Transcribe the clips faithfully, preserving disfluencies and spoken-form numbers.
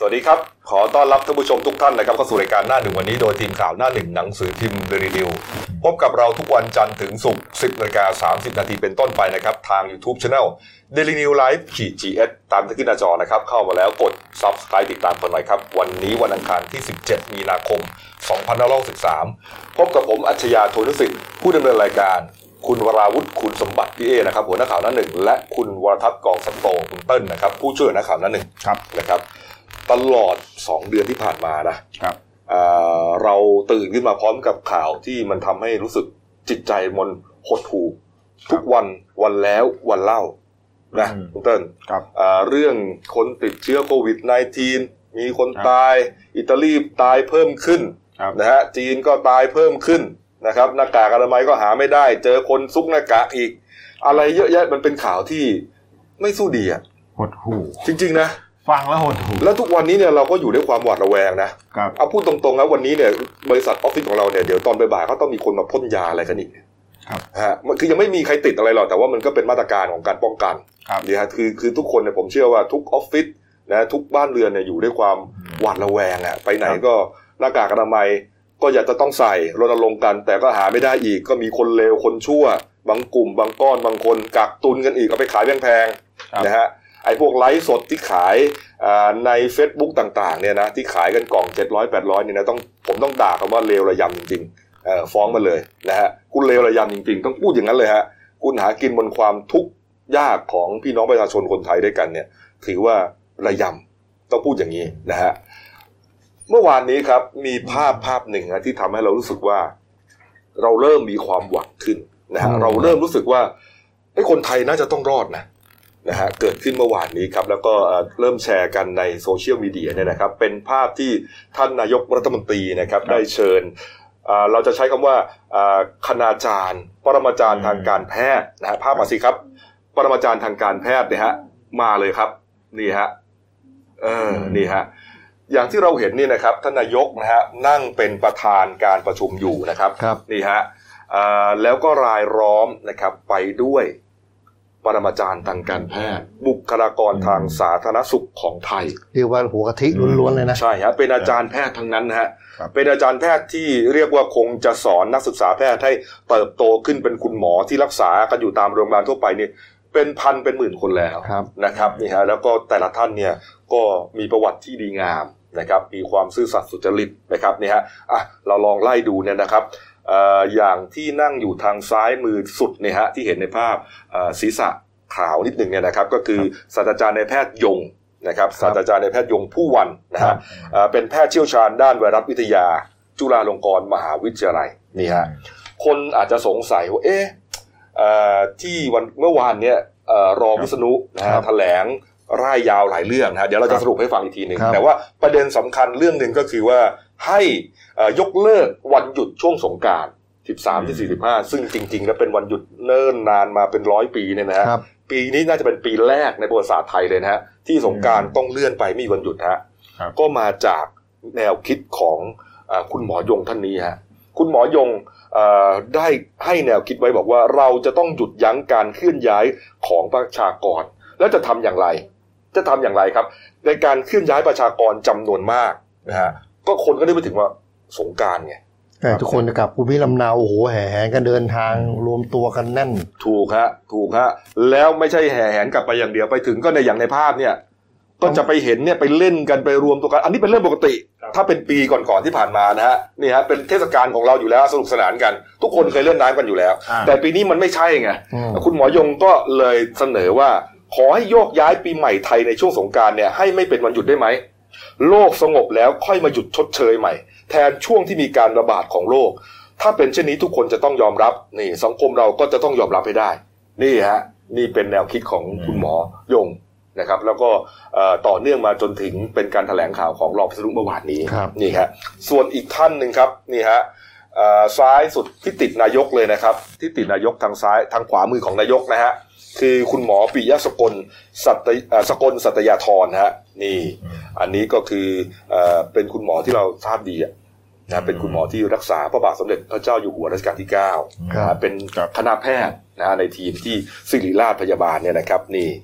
สวัสดีครับขอต้อนรับท่านผู้ชมทุกท่านนะครับเข้าสู่รายการหน้าหนึ่งวันนี้โดยทีมข่าวหน้าหนึ่งหนังสือพิมพ์ Daily News พบกับเราทุกวันจันทร์ถึงศุกร์ สิบนาฬิกาสามสิบนาทีเป็นต้นไปนะครับทาง YouTube Channel Daily News Live ขีด จี เอส ตามที่ขึ้นหน้าจอนะครับเข้ามาแล้วกด Subscribe ติดตามกันหน่อยครับวันนี้วันอังคารที่สิบเจ็ดมีนาคมสองพันห้าร้อยหกสิบสามพบกับผมอัจฉริยะ โทนุสิทธิ์ผู้ดำเนินรายการคุณวราวุฒิคุณสมบัติพี่เอนะครับหัวหน้าข่าวหน้าหนึ่งและคุณวรทัศน์กองสันโตคุณเติ้ลนะครับผู้ช่วยหัวหน้าข่าวหน้าหนึ่งครับนะครับตลอดสองเดือนที่ผ่านมานะครับเอ่อเราตื่นขึ้นมาพร้อมกับข่าวที่มันทำให้รู้สึกจิตใจมันหดหู่ทุกวันวันแล้ววันเล่านะคุณเติ้ลครับเอ่อเรื่องคนติดเชื้อโควิด สิบเก้า มีคนตายอิตาลีตายเพิ่มขึ้นนะฮะจีนก็ตายเพิ่มขึ้นนะครับหน้ากากอนามัยก็หาไม่ได้เจอคนซุกหน้ากากอีกอะไรเยอะแยะมันเป็นข่าวที่ไม่สู้ดีอ่ะหดหู่จริงๆนะฟังแล้วหดหู่แล้วทุกวันนี้เนี่ยเราก็อยู่ด้วยความหวาดระแวงนะครับเอาพูดตรงๆแล้ววันนี้เนี่ยบริษัทออฟฟิศของเราเนี่ยเดี๋ยวตอนบ่ายๆเขาต้องมีคนมาพ่นยาอะไรกันอีกครับฮะคือยังไม่มีใครติดอะไรหรอกแต่ว่ามันก็เป็นมาตรการของการป้องกันนี่ฮะคือคือทุกคนเนี่ยผมเชื่อว่าทุกออฟฟิศนะทุกบ้านเรือนเนี่ยอยู่ด้วยความหวาดระแวงอ่ะไปไหนก็หน้ากากอนามัยก็อยากจะต้องใส่รณรงค์กันแต่ก็หาไม่ได้อีกก็มีคนเลวคนชั่วบางกลุ่มบางก้อนบางคนกักตุนกันอีกเอาไปขายแพงๆนะฮะไอ้พวกไลฟ์สดที่ขายใน Facebook ต่างๆเนี่ยนะที่ขายกันกล่องเจ็ดร้อย แปดร้อยเนี่ยนะต้องผมต้องด่าคำว่าเลวระยำจริงๆเอ่อฟ้องมาเลยนะฮะคุณเลวระยำจริงๆต้องพูดอย่างนั้นเลยฮะคุณหากินบนความทุกข์ยากของพี่น้องประชาชนคนไทยด้วยกันเนี่ยถือว่าระยำต้องพูดอย่างนี้นะฮะเมื่อวานนี้ครับมีภาพภาพหนึ่งนะที่ทำให้เรารู้สึกว่าเราเริ่มมีความหวังขึ้นนะฮะเราเริ่มรู้สึกว่าไอ้คนไทยน่าจะต้องรอดนะนะฮะเกิดขึ้นเมื่อวานนี้ครับแล้วก็เริ่มแชร์กันในโซเชียลมีเดียเนี่ยนะครับเป็นภาพที่ท่านนายกรัฐมนตรีนะครับได้เชิญเราจะใช้คำว่าคณาจารย์ปรมาจารย์ทางการแพทย์นะฮะภาพมาสิครับปรมาจารย์ทางการแพทย์เนี่ยฮะมาเลยครับนี่ฮะเออนี่ฮะอย่างที่เราเห็นนี่นะครับท่านนายกนะฮะนั่งเป็นประธานการประชุมอยู่นะครับนี่ฮะแล้วก็รายล้อมนะครับไปด้วยปรมาจารย์ทางการแพทย์บุคลากรทางสาธารณสุขของไทยเรียกว่าหัวกะทิล้วนๆเลยนะใช่ฮะเป็นอาจารย์แพทย์ทั้งนั้นนะฮะเป็นอาจารย์แพทย์ที่เรียกว่าคงจะสอนนักศึกษาแพทย์ให้เติบโตขึ้นเป็นคุณหมอที่รักษากันอยู่ตามโรงพยาบาลทั่วไปนี่เป็นพันเป็นหมื่นคนแล้วนะครับนี่ฮะแล้วก็แต่ละท่านเนี่ยก็มีประวัติที่ดีงามนะครับมีความซื่อสัตย์สุจริตนะครับนี่ฮะอ่ะเราลองไล่ดูเนี่ยนะครับเอ่ออย่างที่นั่งอยู่ทางซ้ายมือสุดเนี่ยฮะที่เห็นในภาพเอ่อศีรษะขาวนิดนึงเนี่ยนะครับก็คือศาสตราจารย์นายแพทย์ยงนะครับศาสตราจารย์นายแพทย์ยงผู้วันนะฮะเอ่อเป็นแพทย์เชี่ยวชาญด้านไวรัสวิทยาจุฬาลงกรณ์มหาวิทยาลัยนี่ฮะคนอาจจะสงสัยว่าเอ๊ะเอ่อที่วันเมื่อวานเนี่ยเอ่อรองวิษณุนะฮะแถลงร่ายยาวหลายเรื่องนะเดี๋ยวเราจะสรุปให้ฟังอีกทีนึงแต่ว่าประเด็นสำคัญเรื่องนึงก็คือว่าให้ยกเลิกวันหยุดช่วงสงกรานต์ สิบสามถึงสี่สิบห้า ซึ่งจริงๆแล้วเป็นวันหยุดเนิ่นนานมาเป็นร้อยปีเนี่ยนะฮะปีนี้น่าจะเป็นปีแรกในประวัติศาสตร์ไทยเลยนะฮะที่สงกรานต์ต้องเลื่อนไปไม่มีวันหยุดฮะก็มาจากแนวคิดของคุณหมอยงท่านนี้ฮะคุณหมอยงได้ให้แนวคิดไว้บอกว่าเราจะต้องหยุดยั้งการเคลื่อนย้ายของประชากรแล้วจะทำอย่างไรจะทำอย่างไรครับในการเคลื่อนย้ายประชากรจำนวนมากนะฮะก็คนก็ได้ไปถึงว่าสงกรานต์ไงทุกคนจะกลับภูมิลำเนาโอ้โหแห่แหนกันเดินทางรวมตัวกันแน่นถูกฮะถูกฮะแล้วไม่ใช่แห่แหนกลับไปอย่างเดียวไปถึงก็ในอย่างในภาพเนี่ยก็จะไปเห็นเนี่ยไปเล่นกันไปรวมตัวกันอันนี้เป็นเรื่องปกติถ้าเป็นปีก่อนๆที่ผ่านมานะฮะนี่ฮะเป็นเทศกาลของเราอยู่แล้วสนุกสนานกันทุกคนเคยเล่นน้ำกันอยู่แล้วแต่ปีนี้มันไม่ใช่ไงคุณหมอยงก็เลยเสนอว่าขอให้โยกย้ายปีใหม่ไทยในช่วงสงกรานต์เนี่ยให้ไม่เป็นวันหยุดได้ไหมโลกสงบแล้วค่อยมาหยุดชดเชยใหม่แทนช่วงที่มีการระบาดของโรคถ้าเป็นเช่นนี้ทุกคนจะต้องยอมรับนี่สังคมเราก็จะต้องยอมรับให้ได้นี่ฮะนี่เป็นแนวคิดของคุณหมอยงนะครับแล้วก็ต่อเนื่องมาจนถึงเป็นการแถลงข่าวของรองวิษณุเมื่อวานนี้นี่ฮะส่วนอีกท่านนึงครับนี่ฮะซ้ายสุดที่ติดนายกเลยนะครับที่ติดนายกทางซ้ายทางขวามือของนายกนะฮะคือคุณหมอปิยะสกลสัตสกลสัตยาธรฮะนี่อันนี้ก็คือเอ่อเป็นคุณหมอที่เราทราบดีนะเป็นคุณหมอที่รักษาพระบาทสมเด็จพระเจ้าอยู่หัวรัชกาลที่เก้านะเป็นคณะแพทย์นะในทีมที่ศิริราชพยาบาลเนี่ยนะครับนี่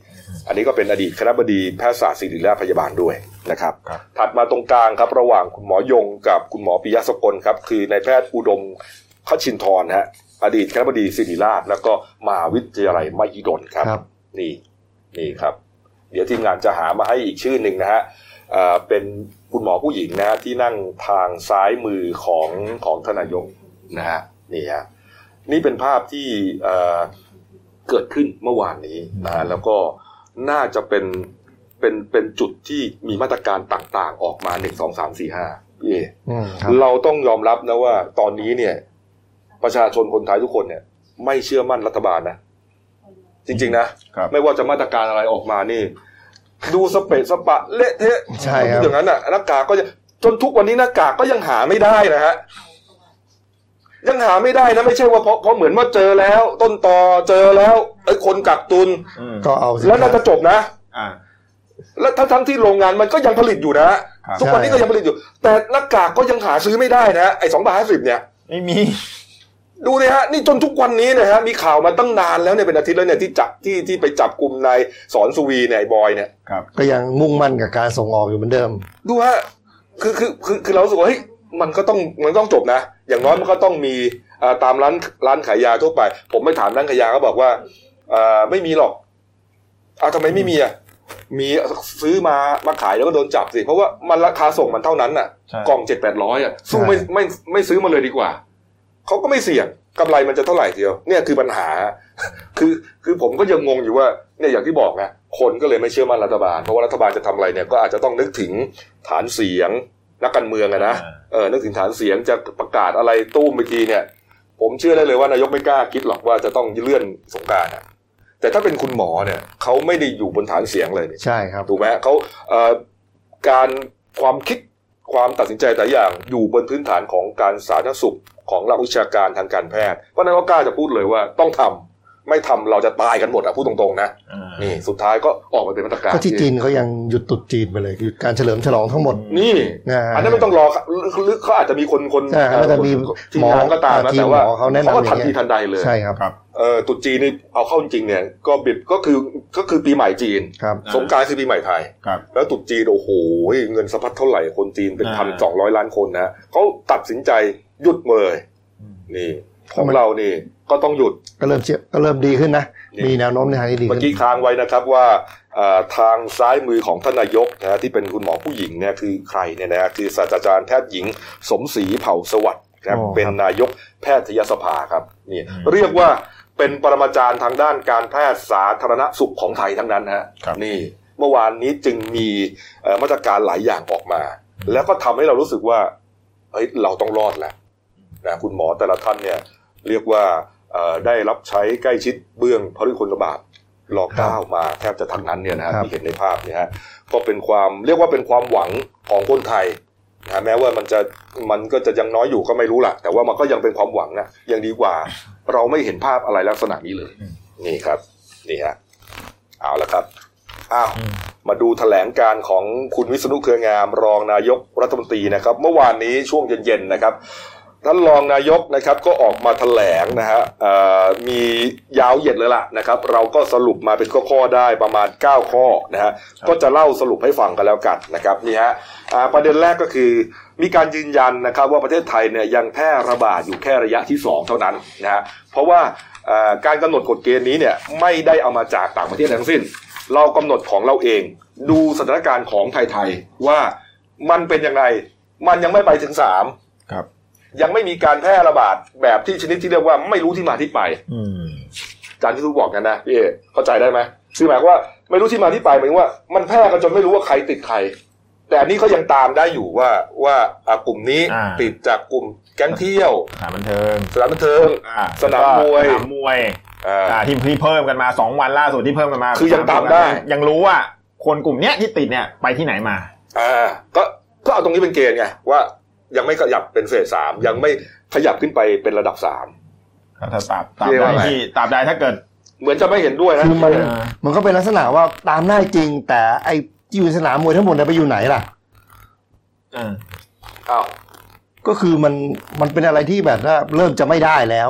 อันนี้ก็เป็นอดีตคณบดีแพทยศาสตร์ศิริราชพยาบาลด้วยนะครับถัดมาตรงกลางครับระหว่างคุณหมอยงกับคุณหมอปิยะสกลครับคือนายแพทย์อุดมคชินทร์ฮะอดีตคณบดีศิริราชแล้วก็มหาวิทยาลัยมหิดลครับนี่นี่ครับเดี๋ยวทีมงานจะหามาให้อีกชื่อหนึ่งนะฮะเป็นคุณหมอผู้หญิงนะที่นั่งทางซ้ายมือของของทนายกนะฮะนี่ฮะนี่เป็นภาพที่เกิดขึ้นเมื่อวานนี้นะแล้วก็น่าจะเป็นเป็นเป็นจุดที่มีมาตรการต่างๆออกมาหนึ่ง สอง สาม สี่ ห้าพี่เอเราต้องยอมรับนะว่าตอนนี้เนี่ยประชาชนคนไทยทุกคนเนี่ยไม่เชื่อมั่นรัฐบาลนะจริงๆนะไม่ว่าจะมาตรการอะไรออกมานี่ดูสเปะสปะเละเทะอย่างนั้นน่ะหน้ากากก็ยังจนทุกวันนี้หน้ากากก็ยังหาไม่ได้นะฮะยังหาไม่ได้นะไม่ใช่ว่าเพราะเพราะเหมือนว่าเจอแล้วต้นตอเจอแล้วไอ้คนกักตุนก็เอาแล้วน่าจะจบนะแล้วทั้งที่โรงงานมันก็ยังผลิตอยู่นะทุกวันนี้ก็ยังผลิตอยู่แต่หน้ากากก็ยังหาซื้อไม่ได้นะไอ้สองบาทห้าสิบเนี่ยไม่มีดูเลยฮะนี่จนทุกวันนี้นะฮะมีข่าวมาตั้งนานแล้วเนี่ยเป็นอาทิตย์แล้วเนี่ยที่จับที่ที่ไปจับกลุ่มนายสอนสุวีเนี่ยไอ้บอยเนี่ยก็ยังมุ่งมั่นกับการส่งออกอยู่เหมือนเดิมดูฮะคือคือคือคือเรารู้สึกว่าเฮ้ยมันก็ต้องมันต้องจบนะอย่างน้อยมันก็ต้องมีตามร้านร้านขายยาทั่วไปผมไปถามร้านขายยาเขาบอกว่าไม่มีหรอกเอาทำไมไม่มีอ่ะมีซื้อมามาขายแล้วก็โดนจับสิเพราะว่ามันราคาส่งมันเท่านั้นน่ะกล่องเจ็ดแปดร้อยอ่ะสู้ไม่ไม่ไม่ซื้อมาเลยดีกว่าเขาก็ไม่เสี่ยงกำไรมันจะเท่าไหร่เดียวเนี่ยคือปัญหาคือคือผมก็ยังงงอยู่ว่าเนี่ยอย่างที่บอกนะคนก็เลยไม่เชื่อมั่นรัฐบาลเพราะว่ารัฐบาลจะทำอะไรเนี่ยก็อาจจะต้องนึกถึงฐานเสียงนักการเมืองอะนะเออนึกถึงฐานเสียงจะประกาศอะไรตู้มไปทีเนี่ยผมเชื่อได้เลยว่านายกไม่กล้าคิดหรอกว่าจะต้องเลื่อนสงกรานต์แต่ถ้าเป็นคุณหมอเนี่ยเขาไม่ได้อยู่บนฐานเสียงเลยใช่ครับถูกไหมเขาเอ่อการความคิดความตัดสินใจแต่อย่างอยู่บนพื้นฐานของการสาธารณสุขของหลักวิชาการทางการแพทย์เพราะนั้นก็กล้าจะพูดเลยว่าต้องทำไม่ทำเราจะตายกันหมดอ่ะพูดตรงๆนะนี่สุดท้ายก็ออกมาเป็นมาตรการก็ที่จีนเขายังหยุดตรุษจีนไปเลยหยุดการเฉลิมฉลองทั้งหมดนี่อันนั้นไม่ต้องรอหรือเขาอาจจะมีคนคนจะมีหมอก็ตามนะแต่ว่าเขาก็ทันทีทันใดเลยใช่ครับเอ่อตรุษจีนนี่เอาเข้าจริงเนี่ยก็บิดก็คือก็คือปีใหม่จีนสงกรานต์คือปีใหม่ไทยแล้วตรุษจีนโอ้โหเงินสะพัดเท่าไหร่คนจีนเป็นพันสองร้อยล้านคนนะเขาตัดสินใจหยุดเลยนี่ของเรานี่ก็ต้องหยุดก็เริ่มเชื่อก็เริ่มดีขึ้นนะมีแนวโน้มในทางที่ดีเมื่อกี้ค้างไว้นะครับว่าทางซ้ายมือของท่านนายกนะที่เป็นคุณหมอผู้หญิงเนี่ยคือใครเนี่ยนะคือศาสตราจารย์แพทย์หญิงสมศรีเผ่าสวัสดิ์ครับเป็นนายกแพทยสภาครับนี่เรียกว่าเป็นปรมาจารย์ทางด้านการแพทย์สาธารณสุขของไทยทั้งนั้นฮะนี่เมื่อวานนี้จึงมีมาตรการหลายอย่างออกมาแล้วก็ทำให้เรารู้สึกว่าเฮ้ยเราต้องรอดแหละนะคุณหมอแต่ละท่านเนี่ยเรียกว่าได้รับใช้ใกล้ชิดเบื้องพระยุคลบาทรอเก้ามาแทบจะทั้งนั้นเนี่ยนะฮะที่เห็นในภาพเนี่ยฮะก็เป็นความเรียกว่าเป็นความหวังของคนไทยนะแม้ว่ามันจะมันก็จะยังน้อยอยู่ก็ไม่รู้ล่ะแต่ว่ามันก็ยังเป็นความหวังนะยังดีกว่าเราไม่เห็นภาพอะไรลักษณะนี้เลยนี่ครับนี่ฮะเอาละครับอ้าวมาดูแถลงการของคุณวิษณุเครืองามรองนายกรัฐมนตรีนะครับเมื่อวานนี้ช่วงเย็นๆนะครับท่านรองนายกนะครับก็ออกมาแถลงนะฮะมียาวเหยียดเลยล่ะนะครับเราก็สรุปมาเป็นข้อๆได้ประมาณเก้าข้อนะฮะก็จะเล่าสรุปให้ฟังกันแล้วกันนะครับนี่ฮะประเด็นแรกก็คือมีการยืนยันนะครับว่าประเทศไทยเนี่ยยังแพร่ระบาดอยู่แค่ระยะที่สองเท่านั้นนะฮะเพราะว่าการกำหนดกฎเกณฑ์นี้เนี่ยไม่ได้เอามาจากต่างประเทศทั้งสิ้นเรากำหนดของเราเองดูสถานการณ์ของไทยๆว่ามันเป็นยังไงมันยังไม่ไปถึงสามครับยังไม่มีการแพร่ระบาดแบบที่ชนิดที่เรียกว่าไม่รู้ที่มาที่ไปอาจารย์ที่ทุกบอกกันนะพี่เอเข้าใจได้ไหมคือหมายว่าไม่รู้ที่มาที่ไปหมายว่ามันแพร่กันจนไม่รู้ว่าใครติดใครแต่อันนี้เขายังตามได้อยู่ว่าว่ากลุ่มนี้ติดจากกลุ่มแก๊งเที่ยวสถานบันเทิงสถานบันเทิงสนามมวยสนามมวยที่ที่เพิ่มกันมาสองวันล่าสุดที่เพิ่มกันมาคือยังตามได้ยังรู้ว่าคนกลุ่มเนี้ยที่ติดเนี่ยไปที่ไหนมาอ่าก็ก็เอาตรงนี้เป็นเกณฑ์ไงว่ายังไม่ขยับเป็นเฟสสามยังไม่ขยับขึ้นไปเป็นระดับสามถ้าตราบตราบใดที่ตราบใดถ้าเกิดเหมือนจะไม่เห็นด้วยนะมันมันก็เป็นลักษณะว่าตามได้จริงแต่ไอ้ที่อยู่สนามมวยทั้งหมดไปอยู่ไหนล่ะอ่าอ้าวก็คือมันมันเป็นอะไรที่แบบว่าเริ่มจะไม่ได้แล้วไง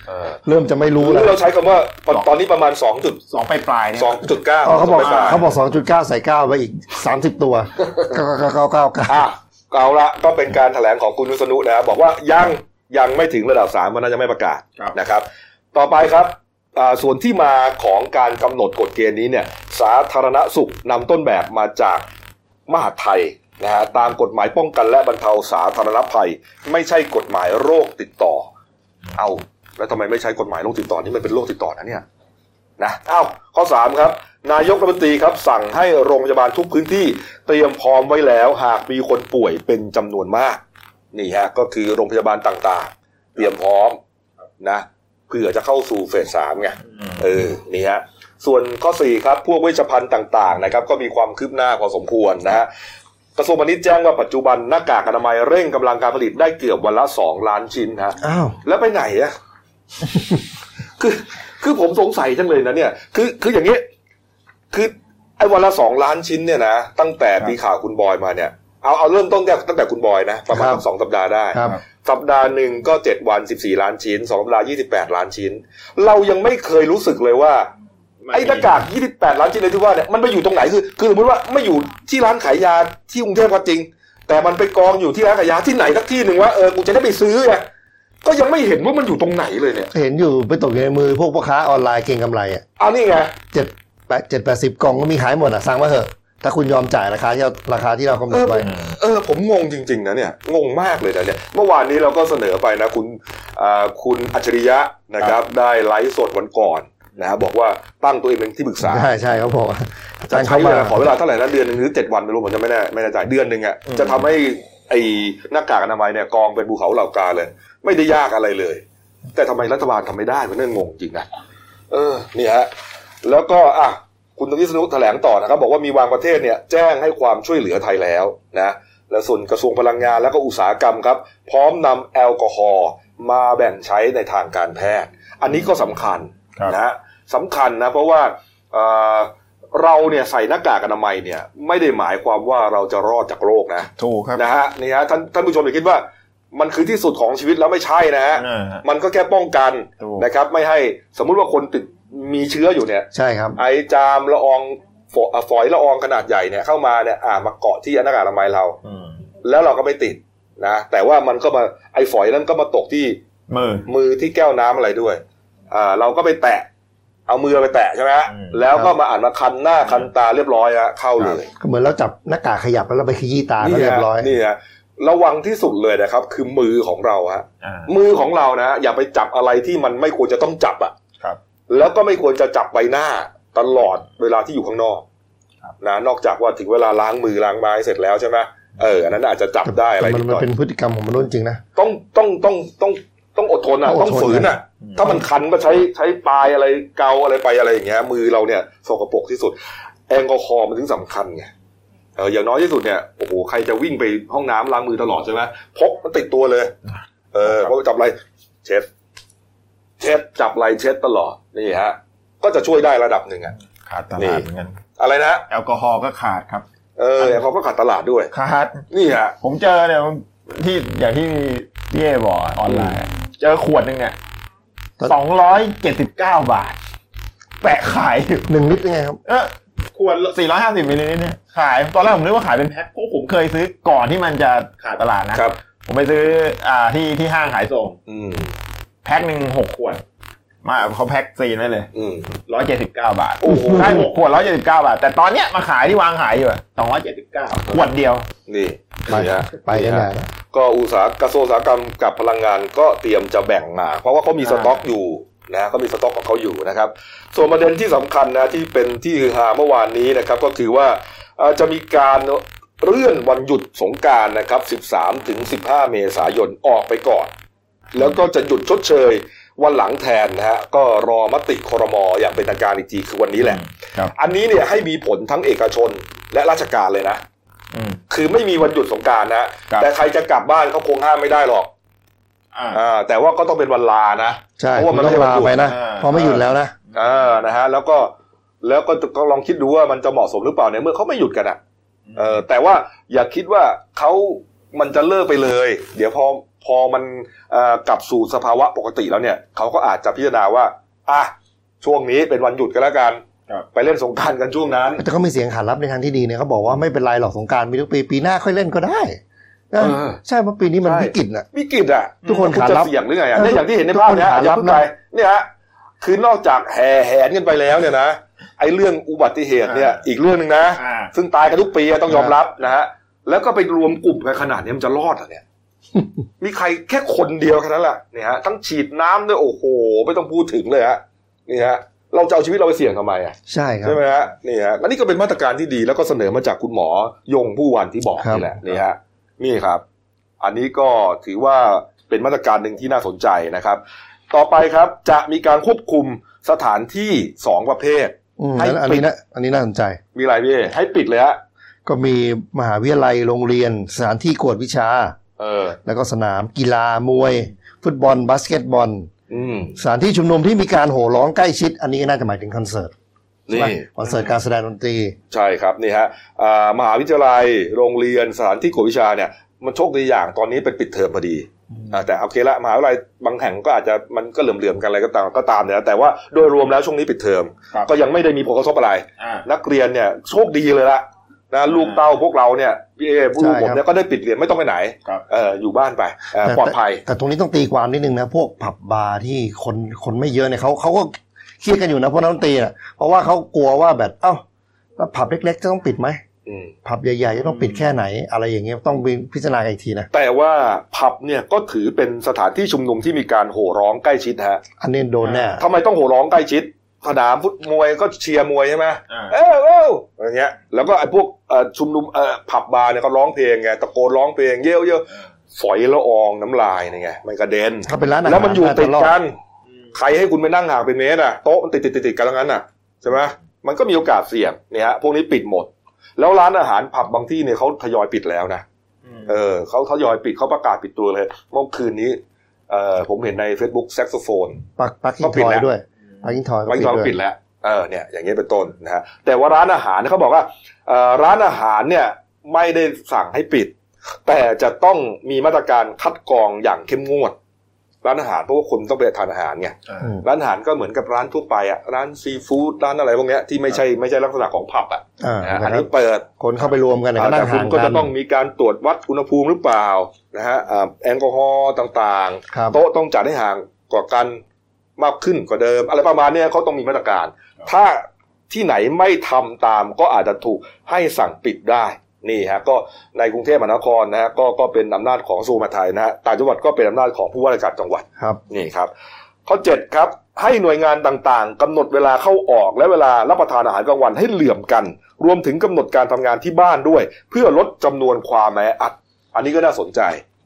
เริ่มจะไม่รู้แล้วเราใช้คำว่าตอนนี้ประมาณสองจุดสองปลายปลายเนี่ยสองจุดเก้าเขาบอกเขาบอกสองจุดเก้าใส่เก้าไปอีกสามสิบตัวเก้าเก้าเก้าเก้าอ่ะเอาละก็เป็นการแถลงของคุณวิษณุนะบอกว่ายังยังไม่ถึงระดับสามมันน่าจะไม่ประกาศนะครับต่อไปครับส่วนที่มาของการกำหนดกฎเกณฑ์นี้เนี่ยสาธารณสุขนำต้นแบบมาจากมหาดไทยนะฮะตามกฎหมายป้องกันและบรรเทาสาธารณภัยไม่ใช่กฎหมายโรคติดต่อเอาแล้วทำไมไม่ใช้กฎหมายโรคติดต่อนี่มันเป็นโรคติดต่อนะเนี่ยนะเอ้าข้อสามครับนายกรัฐมนตรีครับสั่งให้โรงพยาบาลทุกพื้นที่เตรียมพร้อมไว้แล้วหากมีคนป่วยเป็นจำนวนมากนี่ฮะก็คือโรงพยาบาลต่างๆเตรียมพร้อมนะเพื่อจะเข้าสู่เฟสสามไงเออนี่ฮะส่วนข้อสี่ครับพวกเวชภัณฑ์ต่างๆนะครับก็มีความคืบหน้าพอสมควรนะฮะกระทรวงพาณิชย์แจ้งว่าปัจจุบันหน้ากากอนามัยเร่งกำลังการผลิตได้เกือบวันละสองล้านชิ้นฮะอ้าวแล้วไปไหนอะ คือคือผมสงสัยจังเลยนะเนี่ยคือคืออย่างนี้คือไอ้วันละสองล้านชิ้นเนี่ยนะตั้งแต่ปีข่าวคุณบอยมาเนี่ยเอาเอาเริ่มต้นตั้งแต่คุณบอยนะประมาณสองสัปดาห์ได้สัปดาห์หนึ่งก็เจ็ดวันสิบสี่ล้านชิ้นสองสัปดาห์ยี่สิบแปดล้านชิ้นเรายังไม่เคยรู้สึกเลยว่าไอ้หน้ากากยี่สิบแปดล้านชิ้นเลยที่ว่าเนี่ยมันไปอยู่ตรงไหนคือคือสมมติว่าไม่อยู่ที่ร้านขายยาที่กรุงเทพก็จริงแต่มันไปกองอยู่ที่ร้านขายยาที่ไหนสักที่หนึ่งว่าเออกูจะได้ไปซื้อไงก็ยังไม่เห็นว่ามันอยู่ตรงไหนเลยเนี่ยเห็นอยู่ไปตกอยู่ในมือพวกพ่อค้าออนไลน์เก็งกำไรอ่ะเอานี่ไงเจ็ดแปดเจ็ดแปดสิบกล่องก็มีขายหมดอ่ะสั่งมาเถอะถ้าคุณยอมจ่ายราคาที่ราคาที่เรากำหนดไว้เออผมงงจริงๆนะเนี่ยงงมากเลยนะเนี่ยเมื่อวานนี้เราก็เสนอไปนะคุณอ่าคุณอัจฉริยะนะครับได้ไลฟ์สดวันก่อนนะบอกว่าตั้งตัวเองเป็นที่ปรึกษาใช่ใช่เขาบอกจะใช้เวลาขอเวลาเท่าไหร่นะเดือนนึงหรือเจ็ดวันไม่รู้ผมจะไม่แน่ไม่แน่ใจเดือนนึงอ่ะจะทำให้ไอ้หน้ากากอนามัยเนี่ยกองเป็นภูเขาเหล่ากาเลยไม่ได้ยากอะไรเลยแต่ทำไมรัฐบาลทำไม่ได้มันน่างงจริงนะเออนี่ฮะแล้วก็อ่ะคุณวิษณุแถลงต่อนะครับบอกว่ามีบางประเทศเนี่ยแจ้งให้ความช่วยเหลือไทยแล้วนะและส่วนกระทรวงพลังงานและก็อุตสาหกรรมครับพร้อมนำแอลกอฮอล์มาแบ่งใช้ในทางการแพทย์อันนี้ก็สำคัญนะสำคัญนะเพราะว่าเอ่อเราเนี่ยใส่หน้ากากอนามัยเนี่ยไม่ได้หมายความว่าเราจะรอดจากโรคนะถูกครับนะฮะนี่ฮะท่านท่านผู้ชมอย่าคิดว่ามันคือที่สุดของชีวิตแล้วไม่ใช่นะฮะมันก็แค่ป้องกันนะครับไม่ให้สมมุติว่าคนติดมีเชื้ออยู่เนี่ยใช่ครับไอจามละอองฝอยละอองขนาดใหญ่เนี่ยเข้ามาเนี่ยอ่ามาเกาะที่หน้ากากอนามัยเราแล้วเราก็ไม่ติดนะแต่ว่ามันก็มาไอฝอยนั้นก็มาตกที่มือมือที่แก้วน้ำอะไรด้วยอ่าเราก็ไปแตะเอามือไปแตะใช่ไหมฮะแล้วก็มาอ่านมาคันหน้าคันตาเรียบร้อยฮะเข้าเลยก็เหมือนเราจับหน้ากากขยับแล้วเราไปขยี้ตาก็เรียบร้อยนี่ฮะระวังที่สุดเลยนะครับคือมือของเราฮะมือของเรานะอย่าไปจับอะไรที่มันไม่ควรจะต้องจับอ่ะแล้วก็ไม่ควรจะจับใบหน้าตลอดเวลาที่อยู่ข้างนอกนะนอกจากว่าถึงเวลาล้างมือล้างไม้เสร็จแล้วใช่ไหมเอออันนั้นอาจจะจับได้อะไรนิดหน่อยมันเป็นพฤติกรรมของมนุษย์จริงนะต้องต้องต้องต้องต้องอดทนอ่ะต้องฝืนอ่ะถ้ามันคันก็ใช้ใช้ปลายอะไรเกาอะไรไปอะไรอย่างเงี้ยมือเราเนี่ยสกปรกที่สุดแอลกอฮอล์มันถึงสำคัญไงเอออย่างน้อยที่สุดเนี่ยโอ้โหใครจะวิ่งไปห้องน้ำล้างมือตลอดใช่ไหมพกมันติดตัวเลยเออพอจับอะไรเช็ดเช็ดจับไหล่เช็ดตลอดนี่ฮะก็จะช่วยได้ระดับหนึ่งอ่ะขาดตลาดเหมือนกันอะไรนะแอลกอฮอล์ก็ขาดครับเออแอลกอฮอล์ก็ขาดตลาดด้วยขาดนี่ฮะผมเจอเนี่ยที่อย่างที่พี่เอบอกออนไลน์เจอขวดนึงเนี่ยสองร้อยเจ็ดสิบเก้าบาทแปะขายหนึ่งลิตรไงครับเออขวดสี่ร้อยห้าสิบมิลลิลิตรเนี่ยขายตอนแรกผมนึกว่าขายเป็นแพ็คเพราะผมเคยซื้อก่อนที่มันจะขาดตลาดนะครับผมไปซื้ออ่าที่ที่ห้างขายส่งแพ็คหนึ่งหกขวดมาเขาแพ็คซีนไว้เลยร้อยเจ็ดสิบเก้าบาทได้หกขวดร้อยเจ็ดสิบเก้าบาทแต่ตอนเนี้ยมาขายที่วางขายอยู่สองร้อยเจ็ดสิบเก้าขวดเดียวนี่ไปไปกันไหนก็อุตสาหกระทรวงอุตสาหกรรมกับพลังงานก็เตรียมจะแบ่งมาเพราะว่าเขามีสต็อกอยู่นะเขามีสต็อกของเขาอยู่นะครับส่วนประเด็นที่สำคัญนะที่เป็นที่ฮือฮาเมื่อวานนี้นะครับก็คือว่าจะมีการเลื่อนวันหยุดสงกรานต์นะครับสิบสามถึงสิบห้าเมษายนออกไปก่อนแล้วก็จะหยุดชดเชยวันหลังแทนนะฮะก็รอมติครม.อย่างเป็นทางการอีกทีคือวันนี้แหละอันนี้เนี่ยให้มีผลทั้งเอกชนและราชการเลยนะคือไม่มีวันหยุดสงกรานต์นะแต่ใครจะกลับบ้านเขาคงห้ามไม่ได้หรอกอ่าแต่ว่าก็ต้องเป็นวันลานะเพราะว่ามันต้องลาไปนะพอไม่หยุดแล้วนะอ่านะฮะแล้วก็แล้วก็ก็ลองคิดดูว่ามันจะเหมาะสมหรือเปล่าในเมื่อเขาไม่หยุดกันอ่ะเออแต่ว่าอย่าคิดว่าเขามันจะเลิกไปเลยเดี๋ยวพอพพอมันกลับสู่สภาวะปกติแล้วเนี่ยเขาก็อาจจะพิจารณาว่าอ่ะช่วงนี้เป็นวันหยุดกันแล้วกันไปเล่นสงกรานต์กันช่วงนั้นแต่เขามีเสียงขานรับในทางที่ดีเนี่ยเขาบอกว่าไม่เป็นไรหรอกสงกรานต์มีทุกปีปีหน้าค่อยเล่นก็ได้ใช่เพราะปีนี้มันวิกฤตอ่ะวิกฤตอ่ะทุกคนขานรับเสี่ยงหรือไงอ่ะเนี่ยอย่างที่เห็นในภาพเนี้ยอย่าเพิ่งไปเนี่ยฮะคือนอกจากแห่แหนกันไปแล้วเนี่ยนะไอ้เรื่องอุบัติเหตุเนี่ยอีกเรื่องนึงนะซึ่งตายกันทุกปีต้องยอมรับนะฮะแล้วก็ไปรวมกลุ่มกันขนาดนี้มันจะรอดเหรอเนี่ยมีใครแค่คนเดียวแค่นั้นแหละเนี่ยฮะทั้งฉีดน้ำด้วยโอ้โหไม่ต้องพูดถึงเลยฮะนี่ฮะเราจะเอาชีวิตเราไปเสี่ยงทำไมอ่ะใช่ครับใช่ไหมฮะนี่ฮะอันนี้ก็เป็นมาตรการที่ดีแล้วก็เสนอมาจากคุณหมอยงผู้วันที่บอกนี่แหละนี่ฮะนี่ครับอันนี้ก็ถือว่าเป็นมาตรการหนึ่งที่น่าสนใจนะครับต่อไปครับจะมีการควบคุมสถานที่สองประเภทให้อันนี้นะอันนี้น่าสนใจมีอะไรพี่ให้ปิดเลยฮะก็มีมหาวิทยาลัยโรงเรียนสถานที่กวดวิชาเออแล้วก็สนามกีฬามวยฟุตบอลบาสเกตบอลสถานที่ชุมนุมที่มีการโห่ร้องใกล้ชิดอันนี้น่าจะหมายถึงคอนเสิร์ตนี่คอนเสิร์ตการแสดงดนตรีใช่ครับนี่ฮะมหาวิทยาลัยโรงเรียนสถานที่กวดวิชาเนี่ยมันโชคดีอย่างตอนนี้เป็นปิดเทอมพอดีแต่โอเคละมหาวิทยาลัยบางแห่งก็อาจจะมันก็เหลื่อมๆกันอะไรก็ตามก็ตามเนี่ยแต่ว่าโดยรวมแล้วช่วงนี้ปิดเทอมก็ยังไม่ได้มีผลกระทบอะไรนักเรียนเนี่ยโชคดีเลยละนะลูกเต้าพวกเราเนี่ยพี่เอผู้ลูกผมเนี่ยก็ได้ปิดเรียนไม่ต้องไปไหนเอออยู่บ้านไปปลอดภัยแต่ตรงนี้ต้องตีความนิดนึงนะพวกผับบาร์ที่คนคนไม่เยอะเนี่ยเขาเขาก็เครียดกันอยู่นะพวกนักดนตรีอ่ะเพราะว่าเขากลัวว่าแบบเอ้าแล้วผับเล็กๆจะต้องปิดไหมผับใหญ่ๆจะต้องปิดแค่ไหนอะไรอย่างเงี้ยต้องพิจารณาอีกทีนะแต่ว่าผับเนี่ยก็ถือเป็นสถานที่ชุมนุมที่มีการโห่ร้องใกล้ชิดฮะอันนี้โดนแน่ทำไมต้องโห่ร้องใกล้ชิดสนามฟุตมวยก็เชียร์มวยใช่ไหมเออเอออย่างเงี้ยแล้วก็ไอ้พวกชุมนุมผับบาร์เนี่ยก็ร้องเพลงไงตะโกนร้องเพลงเยอะๆฝอยละอองน้ำลายนี่ไงมันกระเด็นแล้วมันอยู่ติดกันใครให้คุณไปนั่งห่างเป็นเมตรอ่ะโต๊ะมันติดติดติดกันแล้วงั้นอ่ะใช่ไหมมันก็มีโอกาสเสี่ยงเนี่ยฮะพวกนี้ปิดหมดแล้วร้านอาหารผับบางที่เนี่ยเขาทยอยปิดแล้วนะเออเขาทยอยปิดเขาประกาศปิดตัวเลยเมื่อคืนนี้เออผมเห็นใน Facebook แซกโซโฟนปักปักกิ้งทอยด้วยปักกิ้งทอยปักกิ้งทอยปิดแล้วเออเนี่ยอย่างเงี้ยเป็นต้นนะฮะแต่ว่าร้านอาหารเขาบอกว่าเอ่อร้านอาหารเนี่ยไม่ได้สั่งให้ปิดแต่จะต้องมีมาตรการคัดกรองอย่างเข้มงวดร้านอาหารเพราะว่าคนต้องไปทานอาหารไงร้านอาหารก็เหมือนกับร้านทั่วไปอ่ะร้านซีฟู้ดร้านอะไรพวกเนี้ยที่ไม่ใช่ไม่ใช่ลักษณะของผับอ่ะอันนี้เปิดคนเข้าไปรวมกันในร้านอาหารก็จะต้องมีการตรวจวัดอุณหภูมิหรือเปล่านะฮะแอลกอฮอล์ต่างๆโต๊ะต้องจัดให้ห่างกว่ากันมากขึ้นกว่าเดิมอะไรประมาณนี้เขาต้องมีมาตรการถ้าที่ไหนไม่ทำตามก็อาจจะถูกให้สั่งปิดได้นี่ฮะก็ในกรุงเทพมหานครนะฮะก็ก็เป็นอำนาจของกระทรวงมหาดไทยนะฮะต่างจังหวัดก็เป็นอำนาจของผู้ว่าราชการจังหวัดครับนี่ครับข้อเจ็ดครับให้หน่วยงานต่างๆกำหนดเวลาเข้าออกและเวลารับประทานอาหารกลางวันให้เหลื่อมกันรวมถึงกำหนดการทำงานที่บ้านด้วยเพื่อลดจำนวนความแออัดอันนี้ก็น่าสนใจ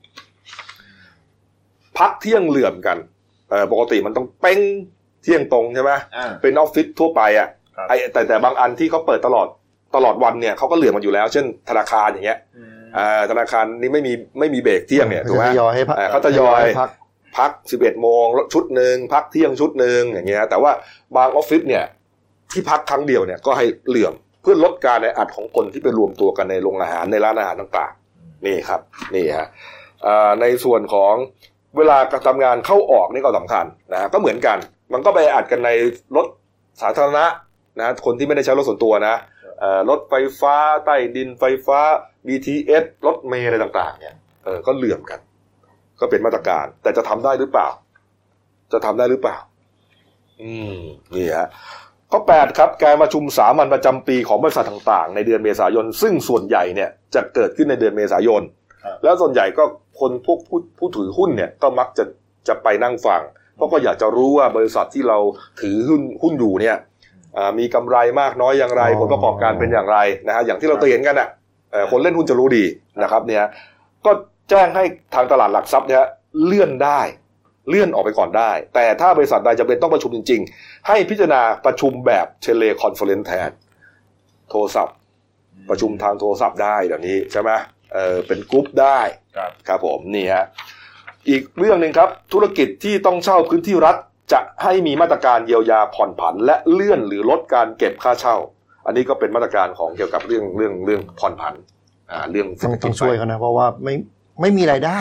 พักเที่ยงเหลื่อมกันเออปกติมันต้องเป้งเที่ยงตรงใช่ไหมเป็นออฟฟิศทั่วไปอ่ะไอแต่แต่บางอันที่เขาเปิดตลอดตลอดวันเนี่ยเขาก็เหลื่อมมันอยู่แล้วเช่นธนาคารอย่างเงี้ยอ่าธนาคารนี้ไม่มีไม่มีเบรกเที่ยงเนี่ยถูกไหมเขาจะยอยพักสิบเอ็ดโมงชุดหนึ่งพักเที่ยงชุดหนึ่งอย่างเงี้ยแต่ว่าบางออฟฟิศเนี่ยที่พักครั้งเดียวเนี่ยก็ให้เหลื่อมเพื่อลดการแออัดของคนที่ไปรวมตัวกันในโรงอาหารในร้านอาหารต่างๆนี่ครับนี่ฮะในส่วนของเวลาการทำงานเข้าออกนี่ก็สำคัญนะก็เหมือนกันมันก็ไปอัดกันในรถสาธารณะนะคนที่ไม่ได้ใช้รถส่วนตัวนะรถไฟฟ้าใต้ดินไฟฟ้า บี ที เอส รถเมล์อะไรต่างๆเนี่ยเออก็เหลื่อมกันก็เป็นมาตรการแต่จะทำได้หรือเปล่าจะทำได้หรือเปล่าอืมนี่ฮะข้อแปดครับการประชุมสามัญประจำปีของบริษัทต่างๆในเดือนเมษายนซึ่งส่วนใหญ่เนี่ยจะเกิดขึ้นในเดือนเมษายนแล้วส่วนใหญ่ก็คนพวกผู้ผู้ถือหุ้นเนี่ยก็มักจะจะไปนั่งฟังเพราะก็อยากจะรู้ว่าบริษัทที่เราถือหุ้นหุ้นอยู่เนี่ยมีกำไรมากน้อยอย่างไรผลประกอบการเป็นอย่างไรนะฮะอย่างที่เราเห็นกันน่ะคนเล่นหุ้นจะรู้ดีนะครับเนี่ยก็แจ้งให้ทางตลาดหลักทรัพย์เนี่ยเลื่อนได้เลื่อนออกไปก่อนได้แต่ถ้าบริษัทใดจำเป็นต้องประชุมจริงๆให้พิจารณาประชุมแบบเทเลคอนเฟอเรนซ์แทนโทรศัพท์ประชุมทางโทรศัพท์ได้เดี๋ยวนี้ใช่ไหมเออเป็นกรุ๊ปได้ครับผมนี่ฮะอีกเรื่องนึงครับธุรกิจที่ต้องเช่าพื้นที่รัฐจะให้มีมาตรการเยียวยาผ่อนผันและเลื่อนหรือลดการเก็บค่าเช่าอันนี้ก็เป็นมาตรการของเกี่ยวกับเรื่องเรื่องเรื่องผ่อนผันอ่าเรื่องต้องต้องช่วยเขานะเพราะว่าไม่ไม่มีรายได้อ่ะ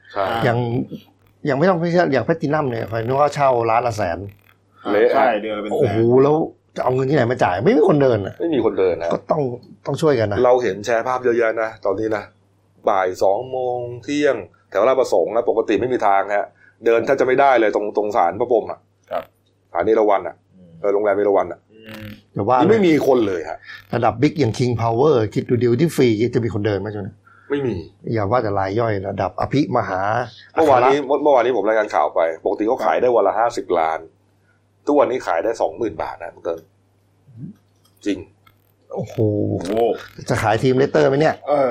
อย่างอย่างไม่ต้องพิเศษอย่างแพลตินัมเนี่ยคอยนึกว่าเช่าร้านละแสนใช่เดือนละเป็นแสนโอ้โหแล้วจะเอาเงินที่ไหนมาจ่ายไม่มีคนเดินอ่ะไม่มีคนเดินนะก็ต้องต้องช่วยกันนะเราเห็นแชร์ภาพเยอะแยะนะตอนนี้นะบ่ายสองโมงเที่ยงแถวราชประสงค์นะปกติไม่มีทางฮะเดินถ้าจะไม่ได้เลยตรงตรงศาลพระพรหมอ่ะศาลนิรวันอ่ะเออโรงแรมนิรวันอ่ะแต่ว่าไม่มีคนเลยฮะระดับบิ๊กอย่าง King Power คิดดูดิวที่ฟรีจะมีคนเดินไหมจ๊ะเนี่ยไม่มีอย่าว่าแต่รายย่อยระดับอภิมหาเมื่อวานนี้เมื่อวานนี้ผมรายงานข่าวไปปกติเขาขายได้วันละห้าสิบล้านทุกวันนี้ขายได้สองหมื่นบาทนะคุณเติ้ลจริงโอ้โหจะขายทีมเลสเตอร์ไหมเนี่ยเออ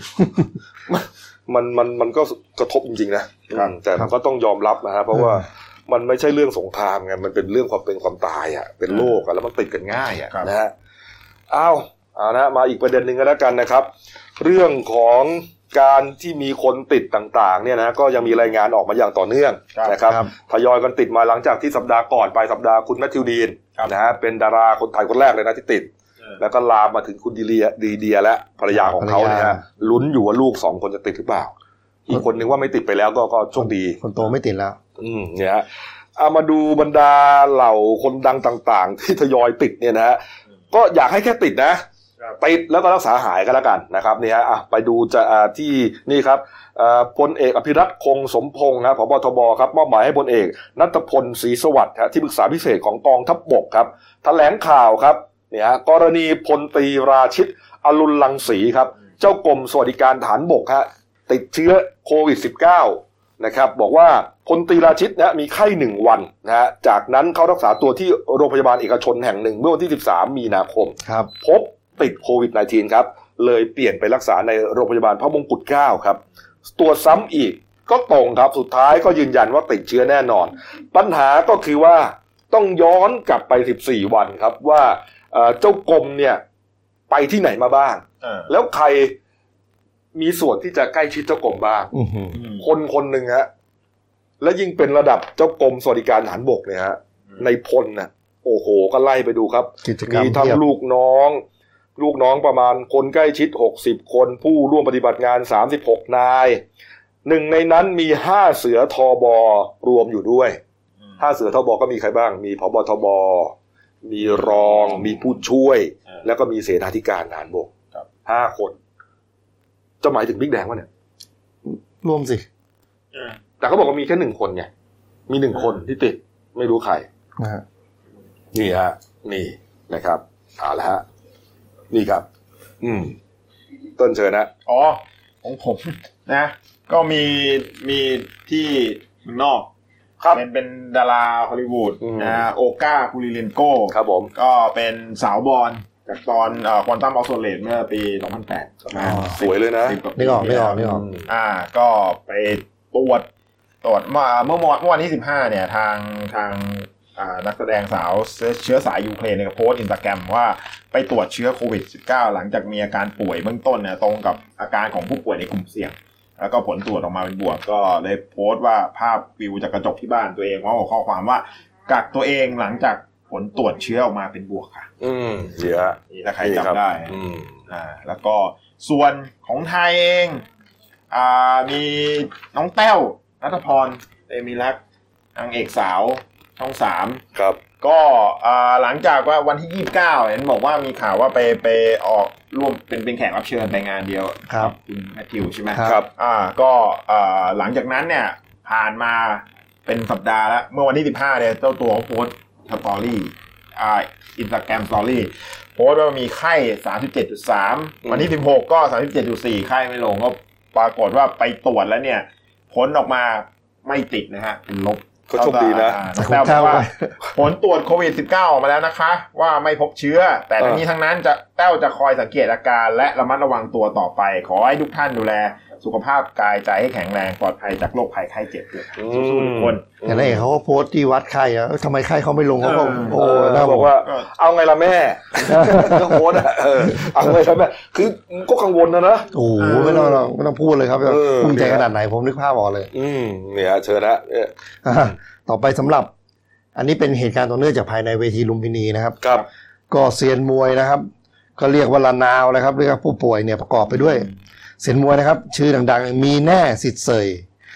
มันมันมันก็กระทบจริงๆนะแต่ก็ต้องยอมรับนะฮะเพราะว่ามันไม่ใช่เรื่องสงครามไงมันเป็นเรื่องความเป็นความตายอ่ะเป็นโรคอ่ะแล้วมันติดกันง่ายอ่ะนะฮะอ้าวเอานะมาอีกประเด็นหนึ่งก็แล้วกันนะครับเรื่องของการที่มีคนติดต่างๆเนี่ยนะก็ยังมีรายงานออกมาอย่างต่อเนื่องนะครับทยอยกันติดมาหลังจากที่สัปดาห์ก่อนไปสัปดาห์คุณแมทธิวดีนนะฮะเป็นดาราคนไทยคนแรกเลยนะที่ติดแล้วก็ลามมาถึงคุณดีเลียดีเดียและภรรยาของเขาเนี่ยฮะลุ้นอยู่ว่าลูกสองคนจะติดหรือเปล่าอีกคนนึงว่าไม่ติดไปแล้วก็ก็โชคดีคนโตไม่ติดแล้วอืมเนี่ยฮะเอามาดูบรรดาเหล่าคนดังต่างๆที่ทยอยติดเนี่ยนะฮะก็อยากให้แค่ติดนะติดแล้วก็รักษาหายกันแล้วกันนะครับนี่ฮะไปดูจะที่นี่ครับพลเอกอภิรัตคงสมพงษ์ครับผบ.ทบ.ครับมอบหมายให้พลเอกณัฐพลศรีสวัสดิ์ที่ปรึกษาพิเศษของกองทัพบกครับแถลงข่าวครับเนี่ยฮะกรณีพลตรีราชิตอรุณรังสีครับเจ้ากรมสวัสดิการฐานบกฮะติดเชื้อโควิด สิบเก้า นะครับบอกว่าพลตรีราชิตนะมีไข้หนึ่งวันนะฮะจากนั้นเข้ารักษาตัวที่โรงพยาบาลเอกชนแห่งหนึ่งเมื่อวันที่สิบสามมีนาคมครับพบติดโควิด สิบเก้า ครับเลยเปลี่ยนไปรักษาในโรงพยาบาลพระมงกุฎเกล้าครับตรวจซ้ำอีกก็ตรงครับสุดท้ายก็ยืนยันว่าติดเชื้อแน่นอนปัญหาก็คือว่าต้องย้อนกลับไปสิบสี่วันครับว่าเจ้ากรมเนี่ยไปที่ไหนมาบ้างแล้วใครมีส่วนที่จะใกล้ชิดเจ้ากรมบ้างคนคนหนึ่งฮะและยิ่งเป็นระดับเจ้ากรมสวัสดิการทหารบกเนี่ยฮะในพลนะโอ้โหก็ไล่ไปดูครับมีทั้งลูกน้องลูกน้องประมาณคนใกล้ชิดหกสิบคนผู้ร่วมปฏิบัติงานสามสิบหกนายหนึ่งในนั้นมีห้าเสือทบรวมอยู่ด้วยห้าเสือทบก็มีใครบ้างมีผบ.ทบ.มีรองมีผู้ช่วยแล้วก็มีเสนาธิการทหารบกห้าคนจะหมายถึงบิ๊กแดงวะเนี่ยรวมสิแต่เขาบอกว่ามีแค่หนึ่งคนไงมีหนึ่งคนที่ติดไม่รู้ใครนี่ฮะนี่นะครับเอาละฮะนี่ครับอืมต้นเชิญนะอ๋อของผมนะก็มีมีที่เมืองนอกเป็นเป็นดาราฮอลลีวูดนะโอก้าคูริเลนโกครับผมก็เป็นสาวบอลจากตอนเอ่อควอนตัมออฟโซเลตเมื่อปีสองพันแปดอ๋อสวยเลยนะไม่ออกไม่ออกไม่ออกอ่าก็ไปตรวจตรวจมาเมื่อเมื่อวันที่สิบห้าเนี่ยทางทางอ่านักแสดงสาวเชื้อสายยูเครนเนี่ยโพสต์ Instagram ว่าไปตรวจเชื้อโควิด สิบเก้า หลังจากมีอาการป่วยเบื้องต้นเนี่ยตรงกับอาการของผู้ป่วยในกลุ่มเสี่ยงแล้วก็ผลตรวจออกมาเป็นบวกก็เลยโพสต์ว่าภาพวิวจากกระจกที่บ้านตัวเองพร้อมกับข้อความว่ากักตัวเองหลังจากผลตรวจเชื้อออกมาเป็นบวกค่ะอืมเสียนี่ถ้าใครจำได้อืมอ่าแล้วก็ส่วนของไทยเองอ่ามีน้องแต้วณัฐพรเตมีรักนางเอกสาวช่องสามครับก็อ่าหลังจากว่าวันที่ยี่สิบเก้าเห็นบอกว่ามีข่าวว่าไปไปออกร่วมเป็นเป็นแขกรับเชิญไปงานเดียวครับคุณแมทธิวใช่ไหมครับอ่าก็อ่าหลังจากนั้นเนี่ยผ่านมาเป็นสัปดาห์แล้วเมื่อวันที่สิบห้าเนี่ยเจ้าตัวเขาโพสต์สตอรี่อ่า Instagram Story โพสต์ว่ามีไข้ สามสิบเจ็ดจุดสาม วันที่สิบหกก็ สามสิบเจ็ดจุดสี่ ไข้ไม่ลงก็ปรากฏว่าไปตรวจแล้วเนี่ยผลออกมาไม่ติดนะฮะเป็นลบก็โชคดีนะแต่ว่าผลตรวจโควิด สิบเก้า ออกมาแล้วนะคะว่าไม่พบเชื้อแต่ทั้งนี้ทั้งนั้นจะแต้วจะคอยสังเกตอาการและระมัดระวังตัวต่อไปขอให้ทุกท่านดูแลสุขภาพกายใจให้แข็งแรงปลอดภัยจากโรคภัยไข้เจ็บด้วยสู้ๆทุกคนอย่างนั้นเขาก็โพสต์ที่วัดไข้อะทำไมไข้เขาไม่ลงเขาก็โอ้น่าบอกว่าเอาไงล่ะแม่ก็โพสต์เออเอาไงล่ะแม่คือก็กังวลนะนะโอ้ไม่ต้องไม่ต้องพูดเลยครับภูมิใจขนาดไหนผมนึกภาพออกเลยอืมเนี่ยเชิญนะต่อไปสำหรับอันนี้เป็นเหตุการณ์ต่อเนื่องจากภายในเวทีลุมพินีนะครับครับก็เซียนมวยนะครับก็เรียกว่าละนาวนะครับเรียกว่าผู้ป่วยเนี่ยประกอบไปด้วยเซียนมวยนะครับชื่อดังๆมีแน่สิทธิ์เสย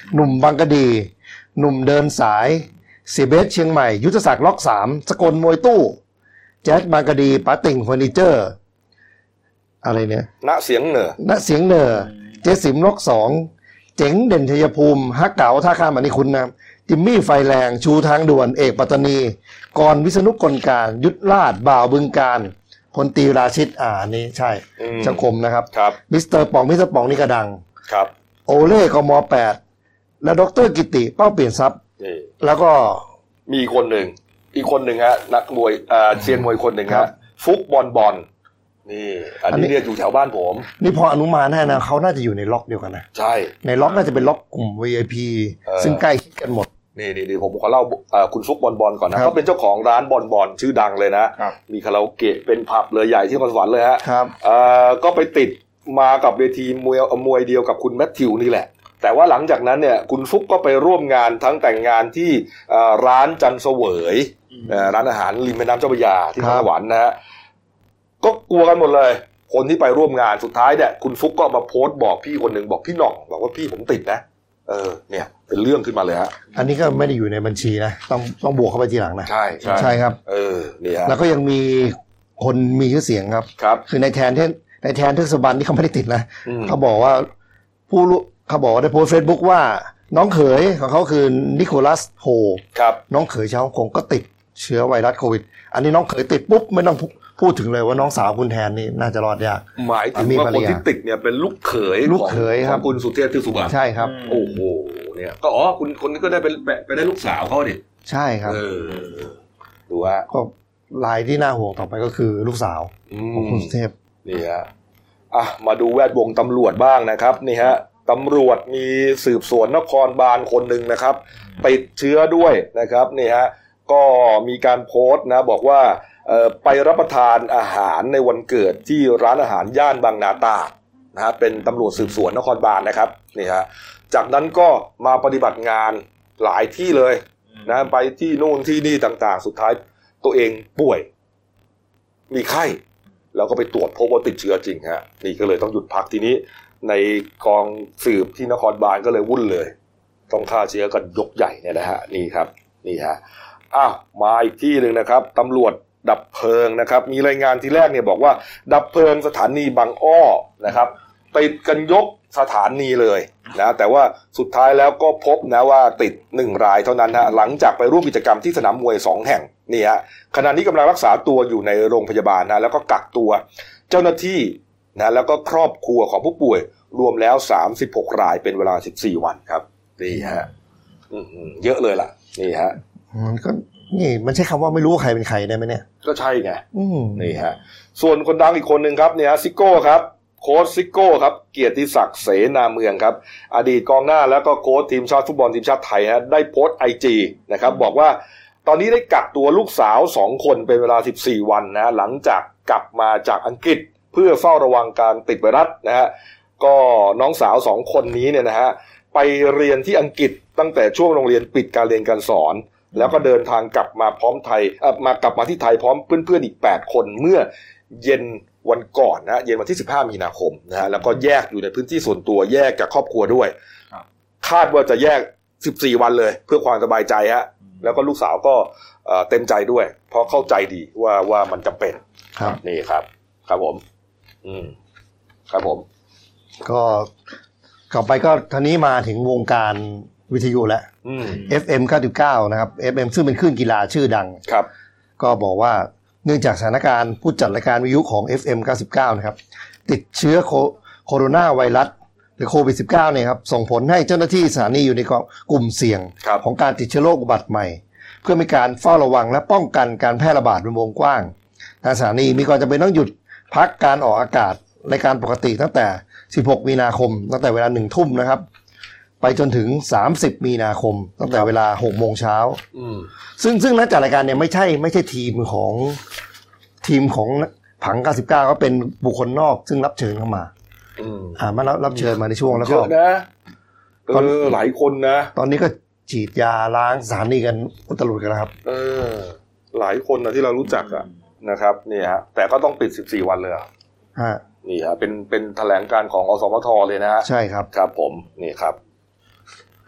หนุ่มบางกะดีหนุ่มเดินสายเสียเบสเชียงใหม่ยุทธศักดิ์ล็อกสามสกลมวยตู้แจ๊ดบางกะดีป๋าติ่งเฟอร์นิเจอร์อะไรเนี่ยณเสียงเหนือณเสียงเหนือเจสิมล็อกสองเจ๋งเด่นชัยภูมิฮักเก๋าท่าข้ามอันนี้คุณนะจิมมี่ไฟแรงชูทางด่วนเอกปัตตานีกรวิษณุกลการยุทธลาดบ่าวบึงการพลตรีราชิตอ่านี่ใช่เจ้าคมนะครับมิสเตอร์ป๋องมิสเตอร์ป๋องนี่กระดังครับโอเล่กมแปดและดรกิติเป้าเปลี่ยนทรัพย์แล้วก็มีคนหนึ่งอีกคนหนึ่งฮะนักมวยอ่าเซียนมวยคนหนึ่งฮะฟุกบอลบอลนี่อันนี้เรียกอยู่แถวบ้านผมนี่พออนุมานให้นะเขาน่าจะอยู่ในล็อกเดียวกันนะใช่ในล็อกน่าจะเป็นล็อกกลุ่ม วี ไอ พี ซึ่งใกล้กันหมดนี่นี่ผมขอเล่าคุณฟุกบอลบอลก่อนนะเขาเป็นเจ้าของร้านบอลบอลชื่อดังเลยนะมีคาราโอเกะเป็นผับเลยใหญ่ที่นครสวรรค์เลยฮะก็ไปติดมากับเวทีมวยมวยเดียวกับคุณแมทธิวนี่แหละแต่ว่าหลังจากนั้นเนี่ยคุณฟุกก็ไปร่วมงานทั้งแต่งงานที่ร้านจันเสวยร้านอาหารริมแม่น้ำเจ้าพระยาที่นครสวรรค์นะฮะก็กลัวกันหมดเลยคนที่ไปร่วมงานสุดท้ายเนี่ยคุณฟุกก็มาโพสต์บอกพี่คนหนึ่งบอกพี่หน่องบอกว่าพี่ผมติดนะเออเนี่ยเป็นเรื่องขึ้นมาเลยฮะอันนี้ก็ไม่ได้อยู่ในบัญชีนะต้องต้องบวกเข้าไปทีหลังนะใช่ใช่ใช่ครับเออเนี่ยแล้วก็ยังมีคนมีชื่อเสียงครับครับคือในแทนที่ในแทนเทศบาลที่เขาไม่ได้ติดนะเขาบอกว่าผู้เขาบอกว่าได้โพสต์เฟซบุ๊กว่าน้องเขยของเขาคือนิโคลัสโฮครับน้องเขยชาวฮ่องกงก็ติดเชื้อไวรัสโควิดอันนี้น้องเขยติดปุ๊บไม่ต้องพูดถึงเลยว่าน้องสาวคุณแทนนี่น่าจะรอดยากหมายถึงว่าคนที่ติดเนี่ยเป็นลูกเขยลูกเขยครับคุณสุเทพเทือกสุบรรณใช่ครับโอ้โหเนี่ยก็อ๋อคุณคนนี้ก็ได้เป็นไปได้ลูกสาวเขาดิใช่ครับเออดูว่าก็รายที่น่าห่วงต่อไปก็คือลูกสาวของคุณสุเทพนี่ฮะอ่ะมาดูแวดวงตำรวจบ้างนะครับนี่ฮะตำรวจมีสืบสวนนครบาลคนหนึ่งนะครับติดเชื้อด้วยนะครับนี่ฮะก็มีการโพสต์นะบอกว่าไปรับประทานอาหารในวันเกิดที่ร้านอาหารย่านบางนาตราดนะฮะเป็นตำรวจสืบสวนนครบาลนะครับนี่ฮะจากนั้นก็มาปฏิบัติงานหลายที่เลยนะไปที่นู่นที่นี่ต่างๆสุดท้ายตัวเองป่วยมีไข้แล้วก็ไปตรวจพบว่าติดเชื้อจริงฮะนี่ก็เลยต้องหยุดพักทีนี้ในกองสืบที่นครบาลก็เลยวุ่นเลยต้องฆ่าเชื้อกันยกใหญ่เนี่ยนะฮะนี่ครับนี่ฮะอ้าวมาอีกที่นึงนะครับตำรวจดับเพลิงนะครับมีรายงานที่แรกเนี่ยบอกว่าดับเพลิงสถานีบางอ้อนะครับติดกันยกสถานีเลยนะแต่ว่าสุดท้ายแล้วก็พบนะว่าติดหนึ่งรายเท่านั้นฮะหลังจากไปร่วมกิจกรรมที่สนามมวยสองแห่งนี่ฮะขณะนี้กำลังรักษาตัวอยู่ในโรงพยาบาลนะแล้วก็กักตัวเจ้าหน้าที่นะแล้วก็ครอบครัวของผู้ป่วยรวมแล้วสามสิบหกรายเป็นเวลาสิบสี่วันครับนี่ฮะเยอะเลยล่ะนี่ฮะมันก็นี่มันใช้คำว่าไม่รู้ว่าใครเป็นใครได้ไหมเนี่ยก็ใช่ไงนี่ฮะส่วนคนดังอีกคนหนึ่งครับเนี่ยซิโก้ครับโค้ชซิโก้ครับเกียรติศักดิ์เสนาเมืองครับอดีตกองหน้าแล้วก็โค้ชทีมชาติฟุตบอลทีมชาติไทยฮะได้โพสต์ ไอ จี นะครับบอกว่าตอนนี้ได้กักตัวลูกสาวสองคนเป็นเวลาสิบสี่วันนะหลังจากกลับมาจากอังกฤษเพื่อเฝ้าระวังการติดไวรัสนะฮะก็น้องสาวสองคนนี้เนี่ยนะฮะไปเรียนที่อังกฤษตั้งแต่ช่วงโรงเรียนปิดการเรียนการสอนแล้วก็เดินทางกลับมาพร้อมไทยเอ่อมากลับมาที่ไทยพร้อมเพื่อนๆอีกแปดคนเมื่อเย็นวันก่อนนะเย็นวันที่สิบห้ามีนาคมนะฮะแล้วก็แยกอยู่ในพื้นที่ส่วนตัวแยกกับครอบครัวด้วยคาดว่าจะแยกสิบสี่วันเลยเพื่อความสบายใจฮะแล้วก็ลูกสาวก็เต็มใจด้วยเพราะเข้าใจดีว่าว่ามันจำเป็นครับนี่ครับครับผมอืมครับผมก็ต่อไปก็ทีนี้มาถึงวงการวิทยุแล้ว เอฟ เอ็ม เก้าสิบเก้านะครับ เอฟ เอ็ม ซึ่งเป็นคลื่นกีฬาชื่อดังครับก็บอกว่าเนื่องจากสถานการณ์ผู้จัดรายการวิทยุของ เอฟ เอ็ม เก้าสิบเก้านะครับติดเชื้อโคโรนาไวรัสหรือโควิด สิบเก้า เนี่ยครับส่งผลให้เจ้าหน้าที่สถานีอยู่ในกลุ่มเสี่ยงของการติดเชื้อโรคอุบัติใหม่เพื่อมีการเฝ้าระวังและป้องกันการแพร่ระบาดเป็นวงกว้างทางสถานีมีความจำเป็นต้องหยุดพักการออกอากาศรายการปกติตั้งแต่สิบหกมีนาคมตั้งแต่เวลาหนึ่งทุ่มนะครับไปจนถึงสามสิบมีนาคมตั้งแต่เวลาหกโมงเช้าซึ่งซึ่งนักจัดรายการเนี่ยไม่ใช่ไม่ใช่ทีมของทีมของผังเก้าสิบเก้าก็เป็นบุคคลนอกซึ่งรับเชิญเข้ามาอ่ามารับเชิญมาในช่วงแล้วก็เยอะนะเออหลายคนนะตอนนี้ก็ฉีดยาล้างสถานีกันอุตลุดกันแล้วครับเออหลายคนนะที่เรารู้จักอะนะครับนี่ฮะแต่ก็ต้องปิดสิบสี่วันเลยฮะนี่ฮะเป็นเป็นแถลงการของอสมทเลยนะฮะใช่ครับครับผมนี่ครับ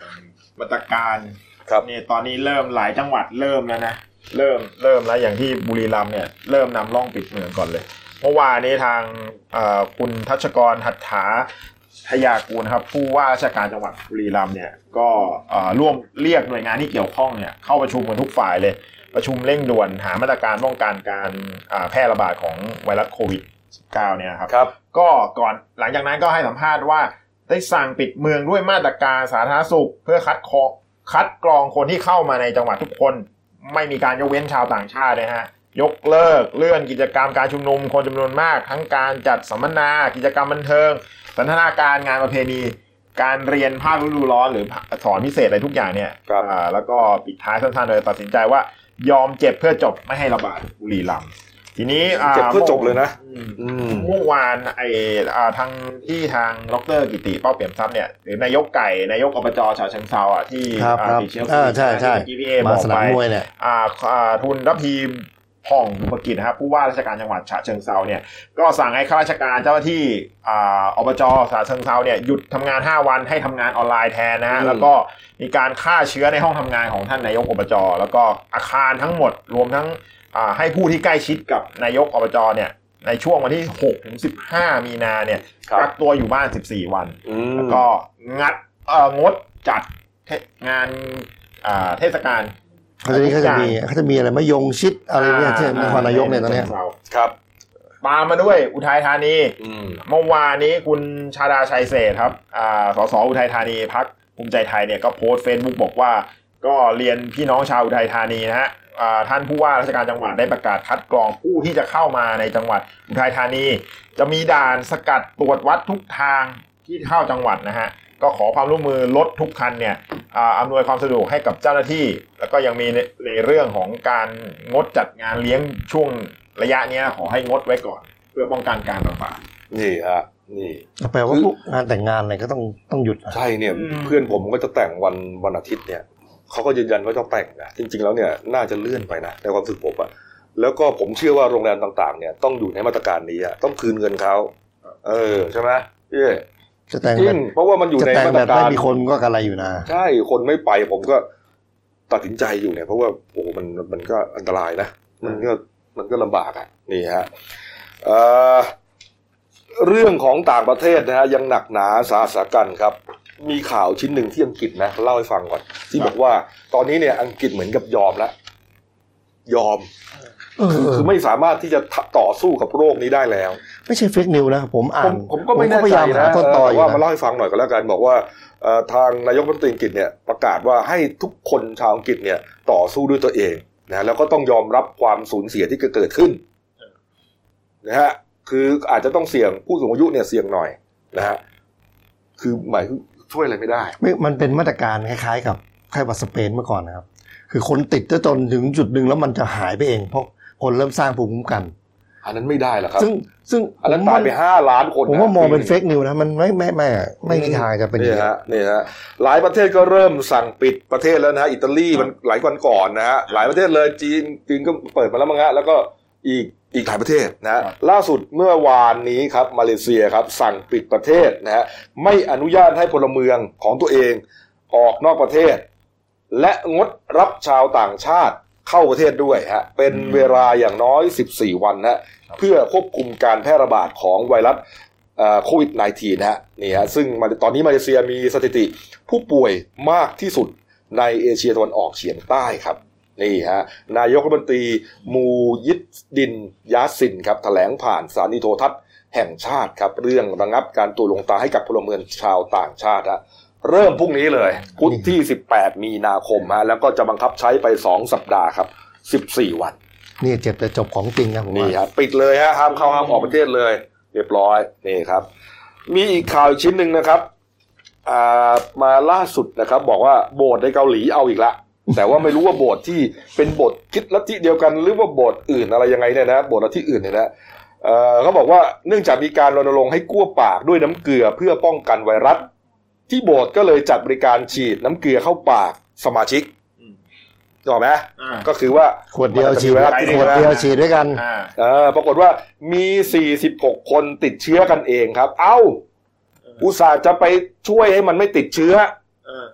มาตรการครับเนี่ยตอนนี้เริ่มหลายจังหวัดเริ่มแล้วนะเริ่มเริ่มแล้วอย่างที่บุรีรัมย์เนี่ยเริ่มนำร่องปิดเมืองก่อนเลยเมื่อวานนี้ทางคุณทัชกรหัตถาทยากูลครับผู้ว่าราชการจังหวัดบุรีรัมย์เนี่ยก็ร่วมเรียกหน่วยงานที่เกี่ยวข้องเนี่ยเข้าประชุมกันทุกฝ่ายเลยประชุมเร่งด่วนหามาตรการป้องกันการแพร่ระบาดของไวรัสโควิด สิบเก้า เนี่ยครับครับก็ก่อนหลังจากนั้นก็ให้สัมภาษณ์ว่าได้สั่งปิดเมืองด้วยมาตรการสาธารณสุขเพื่อคัดกรองคัดกรองคนที่เข้ามาในจังหวัดทุกคนไม่มีการยกเว้นชาวต่างชาตินะฮะยกเลิกเลื่อนกิจกรรมการชุมนุมคนจำนวนมากทั้งการจัดสัมมนากิจกรรมบันเทิงสันทนาการงานประเพณีการเรียนภาคฤดูร้อนหรือสอนพิเศษอะไรทุกอย่างเนี่ยแล้วก็ปิดท้ายสั้นๆเลยตัดสินใจว่ายอมเจ็บเพื่อจบไม่ให้ระบาดบุรีรัมย์ทีนี้เจ็บเพื่อจบเลยนะเมื่อวานไอ้ทางที่ทางดร.กิติเป้าเปี่ยมทรัพย์เนี่ยหรือนายกไก่นายกอบจ.ฉะเชิงเทราอ่ะที่ติดเชื้อโควิดใช่ใช่จี พี เอ บอกไปทุนรับพีพ่องธุรกิจนะครับผู้ว่าราชการจังหวัดฉะเชิงเทราเนี่ยก็สั่งให้ข้าราชการเจ้าหน้าที่อบจ.ฉะเชิงเทราเนี่ยหยุดทำงานห้าวันให้ทำงานออนไลน์แทนนะฮะแล้วก็มีการฆ่าเชื้อในห้องทำงานของท่านนายกอบจ.แล้วก็อาคารทั้งหมดรวมทั้งให้ผู้ที่ใกล้ชิดกับนายกอบจ.เนี่ยในช่วงวันที่หกถึงสิบห้ามีนาเนี่ยกักตัวอยู่บ้านสิบสี่วันแล้วก็งัดงดจัดงานเทศกาลเขาจะมีเขาจะมีเขาจะมีอะไรมะยงชิดอะไรเนี่ยที่นครนายกเนี่ยตอนนี้ครับตามมาด้วยอุทัยธานีเมื่อวานนี้คุณชาดาชัยเศรษฐ์ครับสสอุทัยธานีพรรคภูมิใจไทยเนี่ยก็โพสต์ Facebook บอกว่าก็เรียนพี่น้องชาวอุทัยธานีนะฮะท่านผู้ว่าราชการจังหวัดได้ประกาศคัดกรองผู้ที่จะเข้ามาในจังหวัดอุทัยธานีจะมีด่านสกัดตรวจวัดทุกทางที่เข้าจังหวัดนะฮะก็ขอความร่วมมือรถทุกคันเนี่ยอำนวยความสะดวกให้กับเจ้าหน้าที่แล้วก็ยังมีในเรื่องของการงดจัดงานเลี้ยงช่วงระยะนี้ขอให้งดไว้ก่อนเพื่อป้องกันการระบาดนี่ฮะนี่แปลว่าพวกงานแต่งงานอะไรก็ต้องต้องหยุดใช่เนี่ยเพื่อนผมก็จะแต่งวันวันอาทิตย์เนี่ยเขาก็ยืนยันว่าจะแต่งนะจริงๆแล้วเนี่ยน่าจะเลื่อนไปนะในความรู้สึกผมอะแล้วก็ผมเชื่อว่าโรงแรมต่างๆเนี่ยต้องอยู่ในมาตรการนี้อะต้องคืนเงินเขาเออใช่ไหมพี่จะแต่งแบบเพราะว่ามันอยู่ในมาตรการไม่มีคนก็อะไรอยู่นะใช่คนไม่ไปผมก็ตัดสินใจอยู่เนี่ยเพราะว่าโอ้มันมันก็อันตรายนะมันก็มันก็ลำบากอ่ะนี่ฮะเอ่อเรื่องของต่างประเทศนะฮะยังหนักหนาสาหัสกันครับมีข่าวชิ้นหนึ่งที่อังกฤษนะเล่าให้ฟังก่อนที่บอกว่าตอนนี้เนี่ยอังกฤษเหมือนกับยอมแล้วยอมคือไม่สามารถที่จะต่อสู้กับโรคนี้ได้แล้วไม่ใช่เฟกนิวนะผมอ่านผมก็ไม่แน่ใจนะแต่ว่ามาเล่าให้ฟังหน่อยก็แล้วกันบอกว่าทางนายกรัฐมนตรีอังกฤษเนี่ยประกาศว่าให้ทุกคนชาวอังกฤษเนี่ยต่อสู้ด้วยตัวเองนะแล้วก็ต้องยอมรับความสูญเสียที่เกิดขึ้นนะฮะคืออาจจะต้องเสี่ยงผู้สูงอายุเนี่ยเสี่ยงหน่อยนะฮะคือหมายช่วยอะไรไม่ได้ไม่มันเป็นมาตรการคล้ายๆกับไข้หวัดสเปนเมื่อก่อนนะครับคือคนติดจนถึงจุดหนึ่งแล้วมันจะหายไปเองเพราะคนเริ่มสร้างภูมิคุ้มกันอันนั้นไม่ได้หรอกครับซึ่งซึ่งอันนั้นตายไปห้าล้านคนผมว่ามองเป็นเฟกนิวนะมันไม่ไม่ไม่ไม่มีทางจะเป็นนี่ฮะนี่ฮะหลายประเทศก็เริ่มสั่งปิดประเทศแล้วนะฮะอิตาลีมันหลายวันก่อนนะฮะหลายประเทศเลยจีนจีนก็เปิดมาแล้วมั้งฮะแล้วก็อีกอีกหลายประเทศนะฮะล่าสุดเมื่อวานนี้ครับมาเลเซียครับสั่งปิดประเทศนะฮะไม่อนุญาตให้พลเมืองของตัวเองออกนอกประเทศและงดรับชาวต่างชาติเข้าประเทศด้วยฮะเป็นเวลาอย่างน้อยสิบสี่วันนะเพื่อควบคุมการแพร่ระบาดของไวรัสโควิด สิบเก้า นะฮะนี่ฮะซึ่งตอนนี้มาเลเซียมีสถิติผู้ป่วยมากที่สุดในเอเชียตะวันออกเฉียงใต้ครับนี่ฮะนายกรัฐมนตรีมูยิดดินยาสินครับแถลงผ่านสถานีโทรทัศน์แห่งชาติครับเรื่องระงับการตรวจลงตาให้กับพลเมืองชาวต่างชาติฮะเริ่มพรุ่งนี้เลยพุธที่สิบแปดมีนาคมฮะแล้วก็จะบังคับใช้ไปสองสัปดาห์ครับสิบสี่วันนี่เจ็บแต่จบของจริงครับผมนี่ครับปิดเลยฮะห้ามเข้าห้ามออกประเทศเลยเรียบร้อยนี่ครับมีอีกข่าวชิ้นหนึ่งนะครับอ่ามาล่าสุดนะครับบอกว่าโบสถ์ในเกาหลีเอาอีกละแต่ว่าไม่รู้ว่าโบสถ์ที่เป็นโบสถ์คิดลัทธิเดียวกันหรือว่าโบสถ์อื่นอะไรยังไงเนี่ยนะโบสถ์ลัทธิอื่นเนี่ยนะเอ่อเขาบอกว่าเนื่องจากมีการรณรงค์ให้กั้วปากด้วยน้ำเกลือเพื่อป้องกันไวรัสที่โบสถ์ก็เลยจัดบริการฉีดน้ำเกลือเข้าปากสมาชิกถูกไหมก็คือว่าขวดเดียวฉีดขวดเดียวฉีดด้วยกันเออปรากฏว่ามีสี่สิบหกคนติดเชื้อกันเองครับเอ้าอุตส่าห์จะไปช่วยให้มันไม่ติดเชื้อ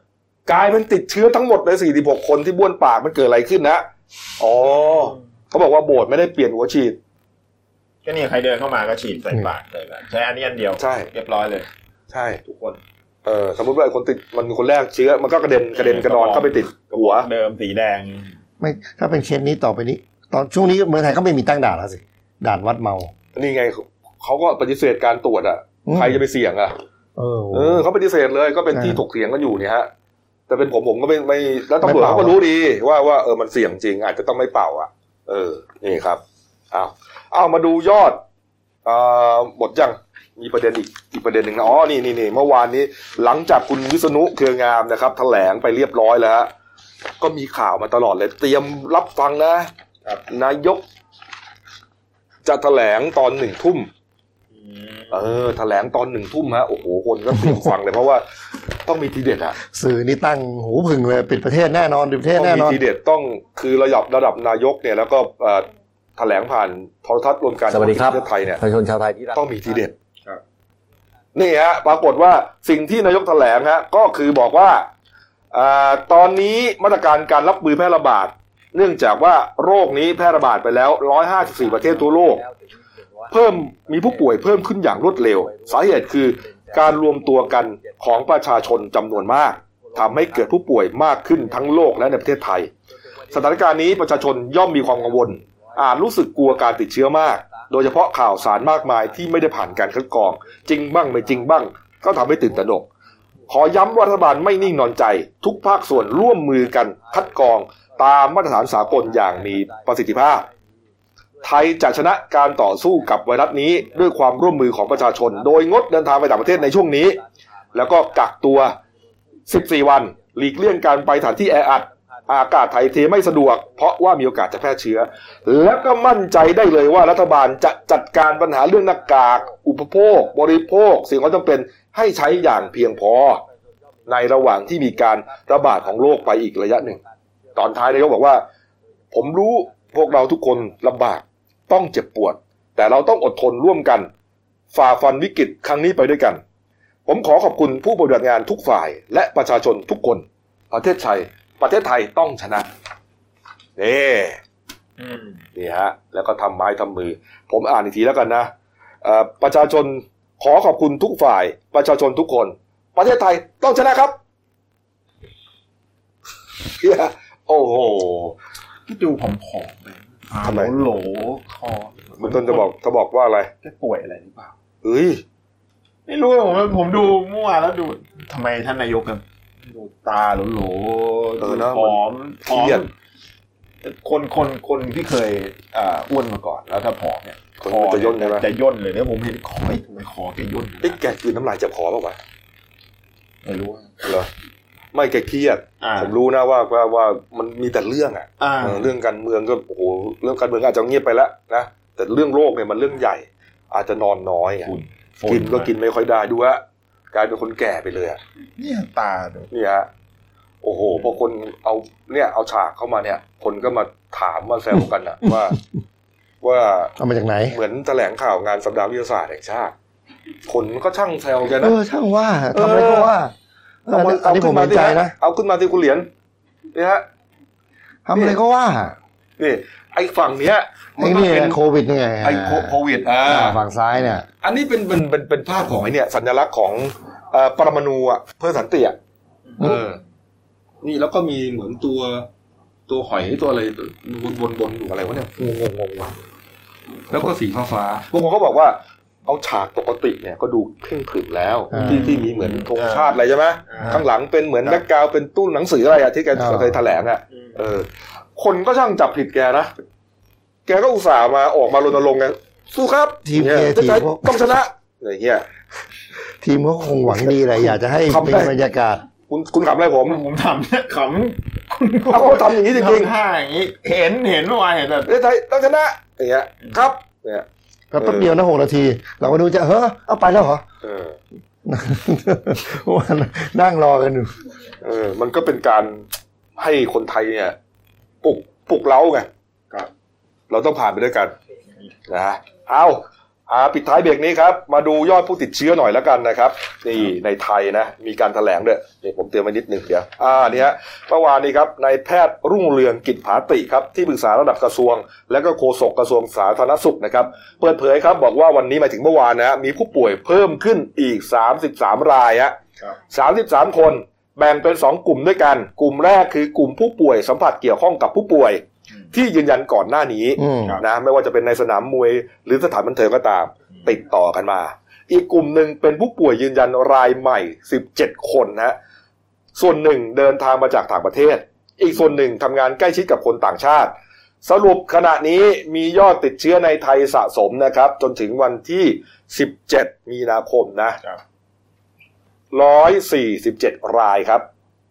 กลายเป็นติดเชื้อทั้งหมดเลยสี่สิบหกคนที่บ้วนปากมันเกิดอะไรขึ้นนะอ๋อเขาบอกว่าโบสถ์ไม่ได้เปลี่ยนหัวฉีดก็นี่ใครเดินเข้ามาก็ฉีดใส่ปากเลยนะใช้อันนี้อันเดียวใช่เรียบร้อยเลยใช่ทุกคนเออสมมติว่าคนติดมันคนแรกเชื้อมันก็กระเด็นกระเด็นกระดอนเข้าไปติดหัวเดิมสีแดงไม่ถ้าเป็นเคสนี้ต่อไปนี้ตอนช่วงนี้เมืองไทยก็ไม่มีตั้งด่านแล้วสิด่านวัดเมานี่ไงเขาก็ปฏิเสธการตรวจอ่ะใครจะไปเสี่ยงอ่ะเออเออเขาปฏิเสธเลยก็เป็นที่ถกเถียงกันอยู่เนี่ยฮะแต่เป็นผมผมก็ไม่ไม่แล้วตำรวจเขาก็รู้ดีว่าว่าเออมันเสี่ยงจริงอาจจะต้องไม่เป่าอ่ะเออนี่ครับเอาเอามาดูยอดอ่าหมดยังมีประเด็นอีกอีกประเด็นหนึ่งนะอ๋อนี่นี่นี่เมื่อวานนี้หลังจากคุณวิษณุเครืองามนะครับแถลงไปเรียบร้อยแล้วก็มีข่าวมาตลอดเลยเตรียมรับฟังนะนายกจะแถลงตอนหนึ่งทุ่มเออแถลงตอนหนึ่งทุ่มฮะโอ้โหคนก็เตรียมฟังเลยเพราะว่าต้องมีทีเด็ดอะสื่อนี่ตั้งหูพึ่งเลยปิดประเทศแน่นอนปิดประเทศแน่นอนมีทีเด็ดต้องคือระดับระดับนายกเนี่ยแล้วก็แถลงผ่านโทรทัศน์รวมกันสวัสดีครับประเทศไทยเนี่ยประชาชนชาวไทยที่ต้องมีทีเด็ดนี่ฮะปรากฏว่าสิ่งที่นายกแถลงฮะก็คือบอกว่าอ่าตอนนี้มาตรการการรับมือแพร่ระบาดเนื่องจากว่าโรคนี้แพร่ระบาดไปแล้วหนึ่งร้อยห้าสิบสี่ประเทศทั่วโลกเพิ่มมีผู้ป่วยเพิ่มขึ้นอย่างรวดเร็วสาเหตุคือการรวมตัวกันของประชาชนจำนวนมากทำให้เกิดผู้ป่วยมากขึ้นทั้งโลกและในประเทศไทยสถานการณ์นี้ประชาชนย่อมมีความกังวลอาจรู้สึกกลัวการติดเชื้อมากโดยเฉพาะข่าวสารมากมายที่ไม่ได้ผ่านการคัดกรองจริงบ้างไม่จริงบ้างก็ทำให้ตื่นตระหนกขอย้ำว่ารัฐบาลไม่นิ่งนอนใจทุกภาคส่วนร่วมมือกันคัดกรองตามมาตรฐานสากลอย่างมีประสิทธิภาพไทยจะชนะการต่อสู้กับไวรัสนี้ด้วยความร่วมมือของประชาชนโดยงดเดินทางไปต่างประเทศในช่วงนี้แล้วก็กักตัวสิบสี่วันหลีกเลี่ยงการไปสถานที่แออัดอากาศถ่ายเทไม่สะดวกเพราะว่ามีโอกาสจะแพร่เชื้อและก็มั่นใจได้เลยว่ารัฐบาลจะจัดการปัญหาเรื่องหน้ากากอุปโภคบริโภคสิ่งที่จำเป็นให้ใช้อย่างเพียงพอในระหว่างที่มีการระบาดของโรคไปอีกระยะหนึ่งตอนท้ายนายกบอกว่าผมรู้พวกเราทุกคนลำบากต้องเจ็บปวดแต่เราต้องอดทนร่วมกันฝ่าฟันวิกฤตครั้งนี้ไปด้วยกันผมขอขอบคุณผู้ปฏิบัติงานทุกฝ่ายและประชาชนทุกคนประเทศไทยประเทศไทยต้องชนะนี่นี่ฮะแล้วก็ทำไม้ทำมือผมอ่านอีกทีแล้วกันนะประชาชนขอขอบคุณทุกฝ่ายประชาชนทุกคนประเทศไทยต้องชนะครับโอ้โหดูผอมๆไปทำไมโหลคอมันต้นจะบอกจะบอกว่าอะไรแกป่วยอะไรหรือเปล่าเฮ้ยไม่รู้ผมผมดูเมื่อวานแล้วดูทำไมท่านนายกกันดูตาโหลๆเออนะผอมเครียดคนคนคนที่เคยอ่าอ้วนมาก่อนแล้วถ้าผอมเนี่ยคอจะย่นใช่ไหมจะย่นเลยเนี่ยผมเห็นคอไม่ทำไมคอแกย่นไอ้แกคืนน้ำลายจะพอป่าววะไม่รู้เหรอไม่แกเครียดผมรู้นะว่าว่าว่ามันมีแต่เรื่องอ่ะเรื่องการเมืองก็โอ้โหเรื่องการเมืองอาจจะเงียบไปแล้วนะแต่เรื่องโรคเนี่ยมันเรื่องใหญ่อาจจะนอนน้อยกินก็กินไม่ค่อยได้ดูฮะกลายเป็นคนแก่ไปเลยอ่ะเนี่ยตาเนี่ยฮะโอ้โหพอคนเอาเนี่ยเอาฉากเข้ามาเนี่ยคนก็มาถามมาแซวกันอ่ะว่าว่าเอามาจากไหนเหมือนแถลงข่าวงานสัปดาห์วิทยาศาสตร์แห่งชาติคนก็ช่างแซวกันนะเออช่างว่าทำไมก็ว่าเอาเอาขึ้นมาที่นะเอาขึ้นมาที่คุณเหรียญนี่ฮะทำอะไรก็ว่านี่ไอ้ฝั่งเนี้ยมันก็เป็นโควิดไงไอ้โควิดอ่าฝั่งซ้ายเนี่ยอันนี้เป็นเป็นเป็นเป็นภาพของไอ้เนี่ยสัญลักษณ์ของเอ่อปรมาณูอ่ะเพื่อสันติอ่ะเออนี่แล้วก็มีเหมือนตัวตัวหอยตัวอะไรบนบนบนอยู่อะไรวะเนี่ยงงงงงแล้วก็สีฟ้าฟ้าพวกเขาบอกว่าเอาฉากปกติเนี่ยก็ดูเคร่งขรึมแล้วที่ที่มีเหมือนธงชาติอะไรใช่ไหมข้างหลังเป็นเหมือนแบ็คกราวด์เป็นตู้หนังสืออะไรอะที่แกเคยแถลงอะเออคนก็ช่างจับผิดแกนะแกก็อุตส่าห์มาออกมารณรงค์ไงสู้ครับทีมเนี่ยทีมต้องชนะอะไรเงี้ยทีมก็คงหวังดีแหละอยากจะให้เป็นบรรยากาศคุณคุณขำอะไรผมผมทำขำคุณเขาทำอย่างนี้จริงๆท่าอย่างนี้เห็นเห็นเมื่อวานเห็นแบบประเทศไทยต้องชนะอย่างเงี้ยครับเนี่ยแป๊บเดียวนะหกนาทีเราก็ดูจะเฮ้อเอาไปแล้วเหรอเออวันนั่งรอกันอยู่เออมันก็เป็นการให้คนไทยเนี่ยปลุกปลุกเร้าไงครับเราต้องผ่านไปด้วยกันนะเอาอ่าปิดท้ายเบรกนี้ครับมาดูยอดผู้ติดเชื้อหน่อยแล้วกันนะครับนี่ในไทยนะมีการแถลงด้วยนี่ผมเตรียมไว้นิดนึงเดี๋ยวอ่านี่ฮะเมื่อวานนี้ครับนายแพทย์รุ่งเรืองกิจผาติครับที่ปรึกษาระดับกระทรวงและก็โฆษกกระทรวงสาธารณสุขนะครับเปิดเผยครับบอกว่าวันนี้หมายถึงเมื่อวานนะฮะมีผู้ป่วยเพิ่มขึ้นอีกสามสิบสามรายฮะสามสิบสามคนแบ่งเป็นสองกลุ่มด้วยกันกลุ่มแรกคือกลุ่มผู้ป่วยสัมผัสเกี่ยวข้องกับผู้ป่วยที่ยืนยันก่อนหน้านี้นะไม่ว่าจะเป็นในสนามมวยหรือสถานบันเทิงก็ตามติดต่อกันมาอีกกลุ่มหนึ่งเป็นผู้ป่วยยืนยันรายใหม่สิบเจ็ดคนนะส่วนหนึ่งเดินทางมาจากต่างประเทศอีกส่วนหนึ่งทำงานใกล้ชิดกับคนต่างชาติสรุปขณะนี้มียอดติดเชื้อในไทยสะสมนะครับจนถึงวันที่สิบเจ็ดมีนาคมนะหนึ่งร้อยสี่สิบเจ็ดรายครับ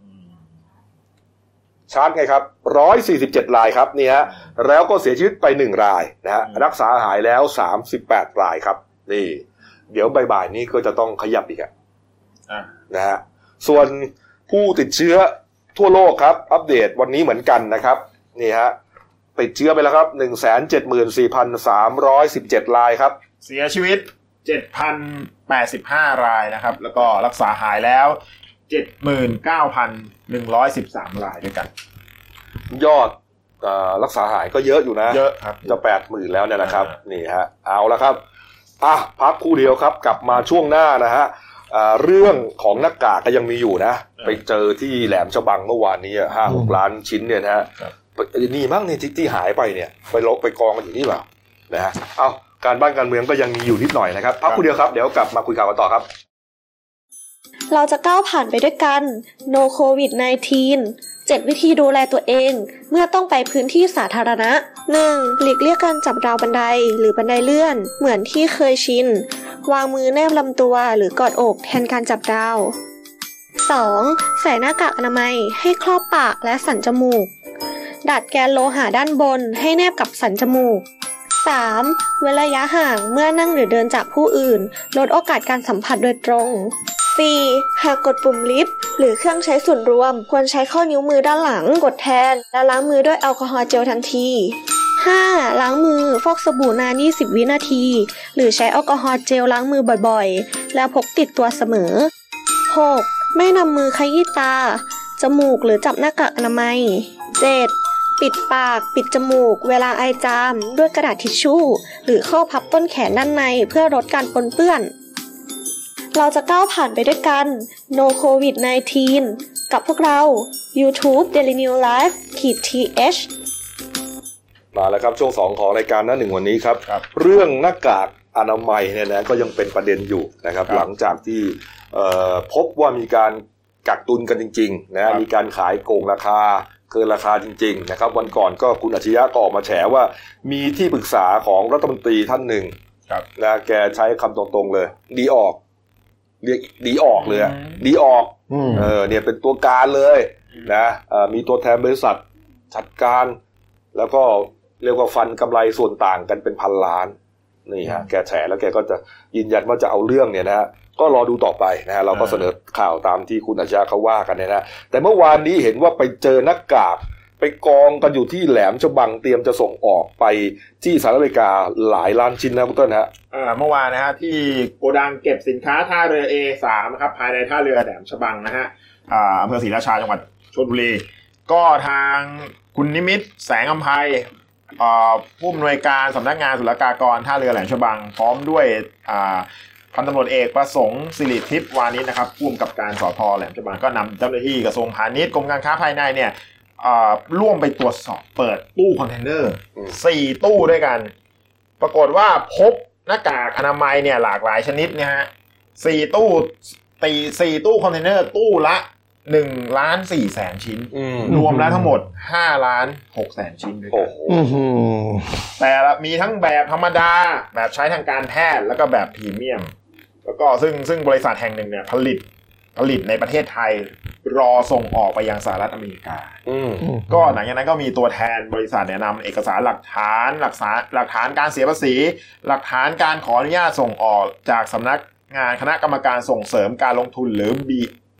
ชาร์จไงครับหนึ่งร้อยสี่สิบเจ็ดรายครับนี่ฮะแล้วก็เสียชีวิตไปหนึ่งรายนะฮะรักษาหายแล้วสามสิบแปดรายครับนี่เดี๋ยวบ่ายๆนี้ก็จะต้องขยับอีกอ่ะนะฮะส่วนผู้ติดเชื้อทั่วโลกครับอัปเดตวันนี้เหมือนกันนะครับนี่ฮะติดเชื้อไปแล้วครับ หนึ่งแสนเจ็ดหมื่นสี่พันสามร้อยสิบเจ็ด รายครับเสียชีวิต เจ็ดพันแปดสิบห้า รายนะครับแล้วก็รักษาหายแล้ว เจ็ดหมื่นเก้าพันหนึ่งร้อยสิบสาม รายด้วยกันยอดรักษาหายก็เยอะอยู่นะเยอะครับจะ แปดหมื่น แล้วเนี่ยนะครับนี่ฮะเอาละครับอ่ะพักคู่เดียวครับกลับมาช่วงหน้านะฮะเรื่องของหน้ากากก็ยังมีอยู่นะไปเจอที่แหลมฉบังเมื่อวานนี้ห้าหกล้านชิ้นเนี่ยนะฮะนี่มั้งเนี่ยที่หายไปเนี่ยไปลบไปกองกันอยู่นี่เปล่านะฮะเอาการบ้านการเมืองก็ยังมีอยู่นิดหน่อยนะครับพักคู่เดียวครับเดี๋ยวกลับมาคุยข่าวกันต่อครับเราจะก้าวผ่านไปด้วยกัน No โควิด สิบเก้า เจ็ด วิธีดูแลตัวเองเมื่อต้องไปพื้นที่สาธารณะ หนึ่ง หลีกเลี่ยงการจับราวบันไดหรือบันไดเลื่อนเหมือนที่เคยชินวางมือแนบลำตัวหรือกอดอกแทนการจับราว สอง ใส่หน้ากากอนามัยให้ครอบปากและสันจมูกดัดแกนโลหะด้านบนให้แนบกับสันจมูก สาม เว้นระยะห่างเมื่อนั่งหรือเดินจากผู้อื่นลดโอกาสการสัมผัสโดยตรงสี่ หากกดปุ่มลิฟต์หรือเครื่องใช้ส่วนรวมควรใช้ข้อนิ้วมือด้านหลังกดแทนและล้างมือด้วยแอลกอฮอล์เจลทันทีห้า ล้างมือฟอกสบู่นานยี่สิบวินาทีหรือใช้แอลกอฮอล์เจลล้างมือบ่อยๆแล้วพกติดตัวเสมอหก ไม่นำมือขยี้ตาจมูกหรือจับหน้ากากอนามัยเจ็ด ปิดปากปิดจมูกเวลาไอจามด้วยกระดาษทิชชู่หรือข้อพับต้นแขนด้านในเพื่อลดการปนเปื้อนเราจะก้าวผ่านไปด้วยกัน No โควิด สิบเก้า กับพวกเรา YouTube Daily New Life ทีเอชมาแล้วครับช่วงสองของรายการหน้าหนึ่งวันนี้ครับเรื่องหน้ากากอนามัยเนี่ยนะก็ยังเป็นประเด็นอยู่นะครับหลังจากที่พบว่ามีการกักตุนกันจริงๆนะมีการขายโกงราคาเกินราคาจริงๆนะครับวันก่อนก็คุณอัจฉริยะก็ออกมาแฉว่ามีที่ปรึกษาของรัฐมนตรีท่านหนึ่งนะแกใช้คำตรงๆเลยดีออกเรียกดีออกเลยดีออกเออเนี่ยเป็นตัวการเลยนะมีตัวแทนบริษัทจัดการแล้วก็เรียกว่าฟันกำไรส่วนต่างกันเป็นพันล้านนี่ฮะแกแฉแล้วแกก็จะยืนยันว่าจะเอาเรื่องเนี่ยนะฮะก็รอดูต่อไปนะฮะเราก็เสนอข่าวตามที่คุณอัจฉริยะเขาว่ากันเนี่ยนะแต่เมื่อวานนี้เห็นว่าไปเจอหน้ากากไปกองกันอยู่ที่แหลมฉบังเตรียมจะส่งออกไปที่สหรัฐอเมริกาหลายล้านชิ้นนะคุณต้นฮะเมื่อวานนะฮะที่โกดังเก็บสินค้าท่าเรือ เอ สาม ครับภายในท่าเรือแหลมฉบังนะฮะอำเภอศรีราชาจังหวัดชลบุรีก็ทางคุณนิมิตแสงอำไพผู้อำนวยการสำนักงานศุลกากรท่าเรือแหลมฉบังพร้อมด้วยพันตำรวจเอกประสงค์สิริทิพย์วานิชนะครับผู้กำกับการสภ.แหลมฉบังก็นำเจ้าหน้าที่กระทรวงพาณิชย์กรมการค้าภายในเนี่ยร่วมไปตรวจสอบเปิดตู้คอนเทนเนอร์สี่ตู้ด้วยกันปรากฏว่าพบหน้ากากอนามัยเนี่ยหลากหลายชนิดเนี่ยฮะสี่ตู้ตีสี่ตู้คอนเทนเนอร์ตู้ละหนึ่งล้านสี่แสนชิ้นรวมแล้วทั้งหมดห้าล้านหกแสนชิ้นด้วยกันแต่ละมีทั้งแบบธรรมดาแบบใช้ทางการแพทย์แล้วก็แบบพรีเมียมแล้วก็ซึ่งซึ่งบริษัทแห่งหนึ่งเนี่ยผลิตผลิตในประเทศไทยรอส่งออกไปยังสหรัฐอเมริกาก็หลังจากนั้นก็มีตัวแทนบริษัทเนี่ยนำเอกสารหลักฐานหลักฐานหลักฐานการเสียภาษีหลักฐานการขออนุญาตส่งออกจากสำนักงานคณะกรรมการส่งเสริมการลงทุนหรือ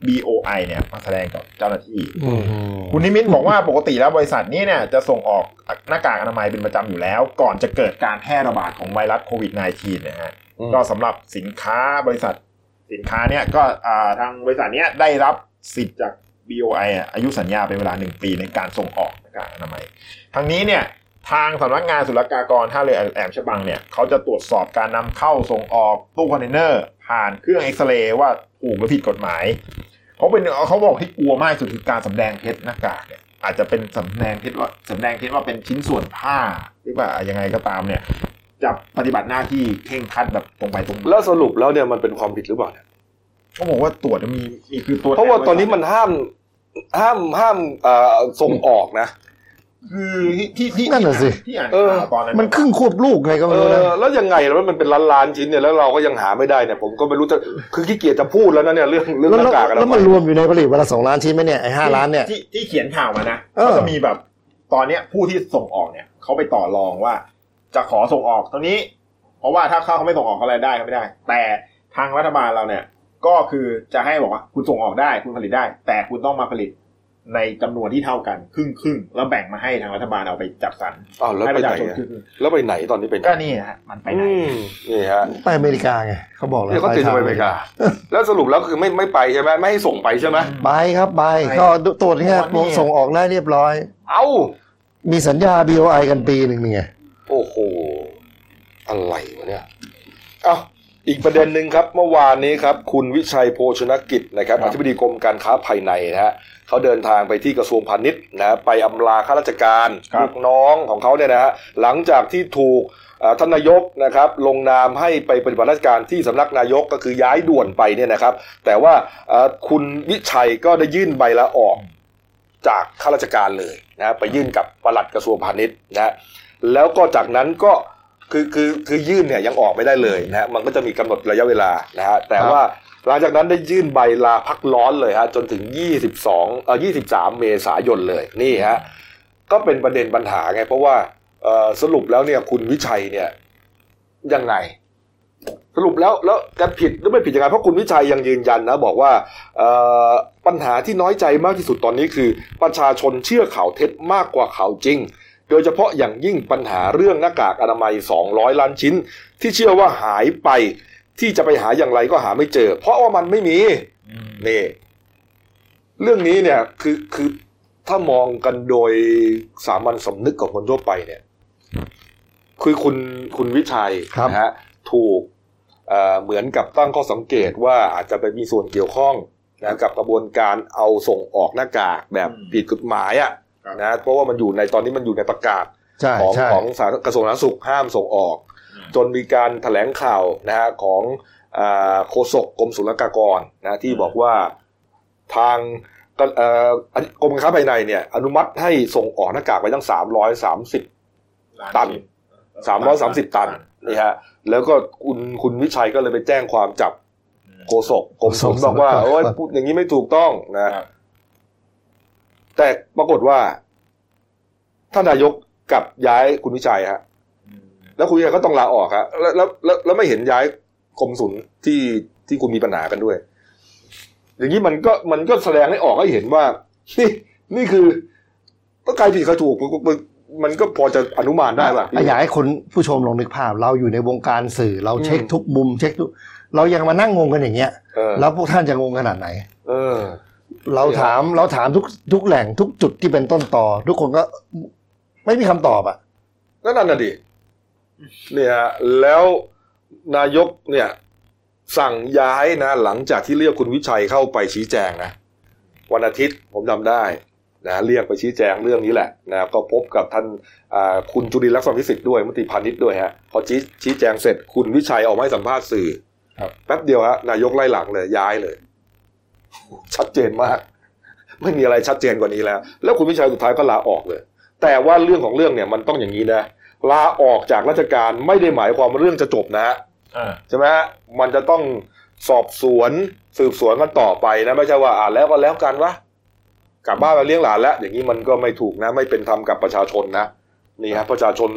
บี โอ ไอ เนี่ยมาแสดงกับเจ้าหน้าที่คุณนิมิตบอกว่าปกติแล้วบริษัทนี้เนี่ยจะส่งออกหน้ากากอนามัยเป็นประจำอยู่แล้วก่อนจะเกิดการแพร่ระบาดของไวรัสโควิด สิบเก้า นะฮะก็สำหรับสินค้าบริษัทสินค้าเนี่ยก็ทางบริษัทนี้ได้รับสิทธิ์จาก บี โอ ไอ อายุสัญญาเป็นเวลาหนึ่งปีในการส่งออกหน้ากากอนามัยทั้งนี้เนี่ยทางสำนักงานศุลกากรท่าเรือแหลมฉบังเนี่ยเขาจะตรวจสอบการนำเข้าส่งออกตู้คอนเทนเนอร์ผ่านเครื่องเอ็กซเรย์ว่าถูกหรือผิดกฎหมายเขาเป็นเขาบอกให้กลัวมากสุดคือการสำแดงเท็จหน้ากากเนี่ยอาจจะเป็นสำแดงเท็จว่าสำแดงเท็จว่าเป็นชิ้นส่วนผ้าหรือว่ายังไงก็ตามเนี่ยจะปฏิบัติหน้าที่เคร่งครัดแบบตรงไปตรงมาแล้วสรุปแล้วเนี่ยมันเป็นความผิดหรือเปล่าเนี่ยเขาบอกว่าตรวจมีมีคือตัวเพราะว่าตอนนี้มันห้ามห้ามห้ามเอ่อส่งออกนะคือที่ที่นั่นแหละสิที่อ่านตอนนั้นมันครึ่งควบลูกไงก็ไม่รู้นะแล้วยังไงแล้วมันเป็นล้านๆชิ้นเนี่ยแล้วเราก็ยังหาไม่ได้เนี่ยผมก็ไม่รู้จะคือขี้เกียจจะพูดแล้วนะเนี่ยเรื่องเรื่องหน้ากากอะไรแล้วมันรวมอยู่ในผลิตวันละสองล้านชิ้นไหมเนี่ยไอ้ห้าล้านเนี่ยที่ที่เขียนข่าวมานะก็จะมีแบบตอนเนี้ยผู้ที่ส่งออกเนี่ยเขาไปต่อรองว่าจะขอส่งออกตรงนี้เพราะว่าถ้าเขาเขาไม่ส่งออกเขาอะไรได้เขาไม่ได้แต่ทางรัฐบาลเราเนี่ยก็คือจะให้บอกว่าคุณส่งออกได้คุณผลิตได้แต่คุณต้องมาผลิตในจำนวนที่เท่ากันครึ่งครึ่งแล้วแบ่งมาให้ทางรัฐบาลเอาไปจัดสรรให้ประชาชนแล้วไปไหนตอนนี้ไปไหนก็นี่ฮะมันไปไหนนี่ฮะไปอเมริกาไงเขาบอกแล้วเขาติดไปอเมริกาแล้วสรุปแล้วคือไม่ไม่ไปใช่ไหมไม่ให้ส่งไปใช่ไหมไปครับไปก็ตรวจเนี่ยส่งออกได้เรียบร้อยเอ้ามีสัญญา บี โอ ไอ กันปีหนึ่งนี่ไงโอ้โหอะไรวะเนี่ยเอ้าอีกประเด็นหนึ่งครับเมื่อวานนี้ครับคุณวิชัยโภชนกิจนะครับอธิบดีกรมการค้าภายในนะฮะเขาเดินทางไปที่กระทรวงพาณิชย์นะไปอำลาข้าราชการลูกน้องของเขาเนี่ยนะฮะหลังจากที่ถูกท่านนายกนะครับลงนามให้ไปปฏิบัติราชการที่สำนักนายกก็คือย้ายด่วนไปเนี่ยนะครับแต่ว่าคุณวิชัยก็ได้ยื่นใบลาออกจากข้าราชการเลยนะไปยื่นกับปลัดกระทรวงพาณิชย์นะแล้วก็จากนั้นก็คือคือคือยื่นเนี่ยยังออกไม่ได้เลยนะฮะมันก็จะมีกำหนดระยะเวลานะฮะแต่ว่าหลังจากนั้นได้ยื่นใบลาพักร้อนเลยฮะจนถึงยี่สิบสองเอ่อยี่สิบสามเมษายนเลยนี่ฮะก็เป็นประเด็นปัญหาไงเพราะว่าเอ่อสรุปแล้วเนี่ยคุณวิชัยเนี่ยยังไงสรุปแล้วแล้วจะผิดหรือไม่ผิดยังไงเพราะคุณวิชัยยังยืนยันนะบอกว่าเอ่อปัญหาที่น้อยใจมากที่สุดตอนนี้คือประชาชนเชื่อข่าวเท็จมากกว่าข่าวจริงโดยเฉพาะอย่างยิ่งปัญหาเรื่องหน้ากากอนามัยสองร้อยล้านชิ้นที่เชื่อว่าหายไปที่จะไปหาอย่างไรก็หาไม่เจอเพราะว่ามันไม่มีนี่เรื่องนี้เนี่ยคือคือถ้ามองกันโดยสามัญสำนึกของคนทั่วไปเนี่ยคือคุณคุณวิชัยนะฮะถูกเอ่อเหมือนกับตั้งข้อสังเกตว่าอาจจะไปมีส่วนเกี่ยวข้องนะกับกระบวนการเอาส่งออกหน้ากากแบบผิดกฎหมายอ่ะนะเพราะว่ามันอยู่ในตอนนี้มันอยู่ในประกาศของของสาธารณกระทรวงสาธารณสุขห้ามส่งออกจนมีการแถลงข่าวนะฮะของอ่าโฆษกกรมศุลกากรนะที่บอกว่าทางเอ่อกรมการค้าภายในเนี่ยอนุมัติให้ส่งออกหน้ากากไปตั้งสามร้อยสามสิบตันสามร้อยสามสิบตันนี่ฮะแล้วก็คุณคุณวิชัยก็เลยไปแจ้งความจับโฆษกกรมศุลบอกว่าโอ้ยพูดอย่างนี้ไม่ถูกต้องนะแต่ปรากฏว่าท่านนายกกลับย้ายคุณวิชัยฮะแล้วคุณวิชัยก็ต้องลาออกฮะแล้วแล้วแล้วแล้วไม่เห็นย้ายกรมศุลที่ที่คุณมีปัญหากันด้วยอย่างนี้มันก็มันก็แสดงให้ออกให้เห็นว่านี่นี่คือก็ใครผิดใครถูกมันก็พอจะอนุมานได้ป่ะอยากให้คนผู้ชมลองนึกภาพเราอยู่ในวงการสื่อเราเช็คทุกมุมเช็คทุกเรายังมานั่งงงกันอย่างเงี้ยแล้วพวกท่านจะงงขนาดไหนเออเราถามเราถามทุกทุกแหล่งทุกจุดที่เป็นต้นต่อทุกคนก็ไม่มีคำตอบอ่ะนั่นน่ะดิเนี่ยแล้วนายกเนี่ยสั่งย้ายนะหลังจากที่เรียกคุณวิชัยเข้าไปชี้แจงนะวันอาทิตย์ผมจำได้นะเรียกไปชี้แจงเรื่องนี้แหละนะก็พบกับท่านคุณจุรินทร์ลักษณะวิสิทธิ์ด้วยมนตรีพาณิชย์ด้วยฮะพอชี้ชี้แจงเสร็จคุณวิชัยออกมาให้สัมภาษณ์สื่อแป๊บเดียวฮะนายกไล่หลังเลยย้ายเลยชัดเจนมากไม่มีอะไรชัดเจนกว่านี้แล้วแล้วคุณวิชัยสุดท้ายก็ลาออกเลยแต่ว่าเรื่องของเรื่องเนี่ยมันต้องอย่างนี้นะลาออกจากราชการไม่ได้หมายความว่าเรื่องจะจบนะใช่ไหมฮะมันจะต้องสอบสวนสืบสวนกันต่อไปนะไม่ใช่ว่าอ่าแล้วก็แล้วกันวะกลับบ้านมาเลี้ยงหลานแล้วอย่างนี้มันก็ไม่ถูกนะไม่เป็นธรรมกับประชาชนนะนี่ฮะประชาชน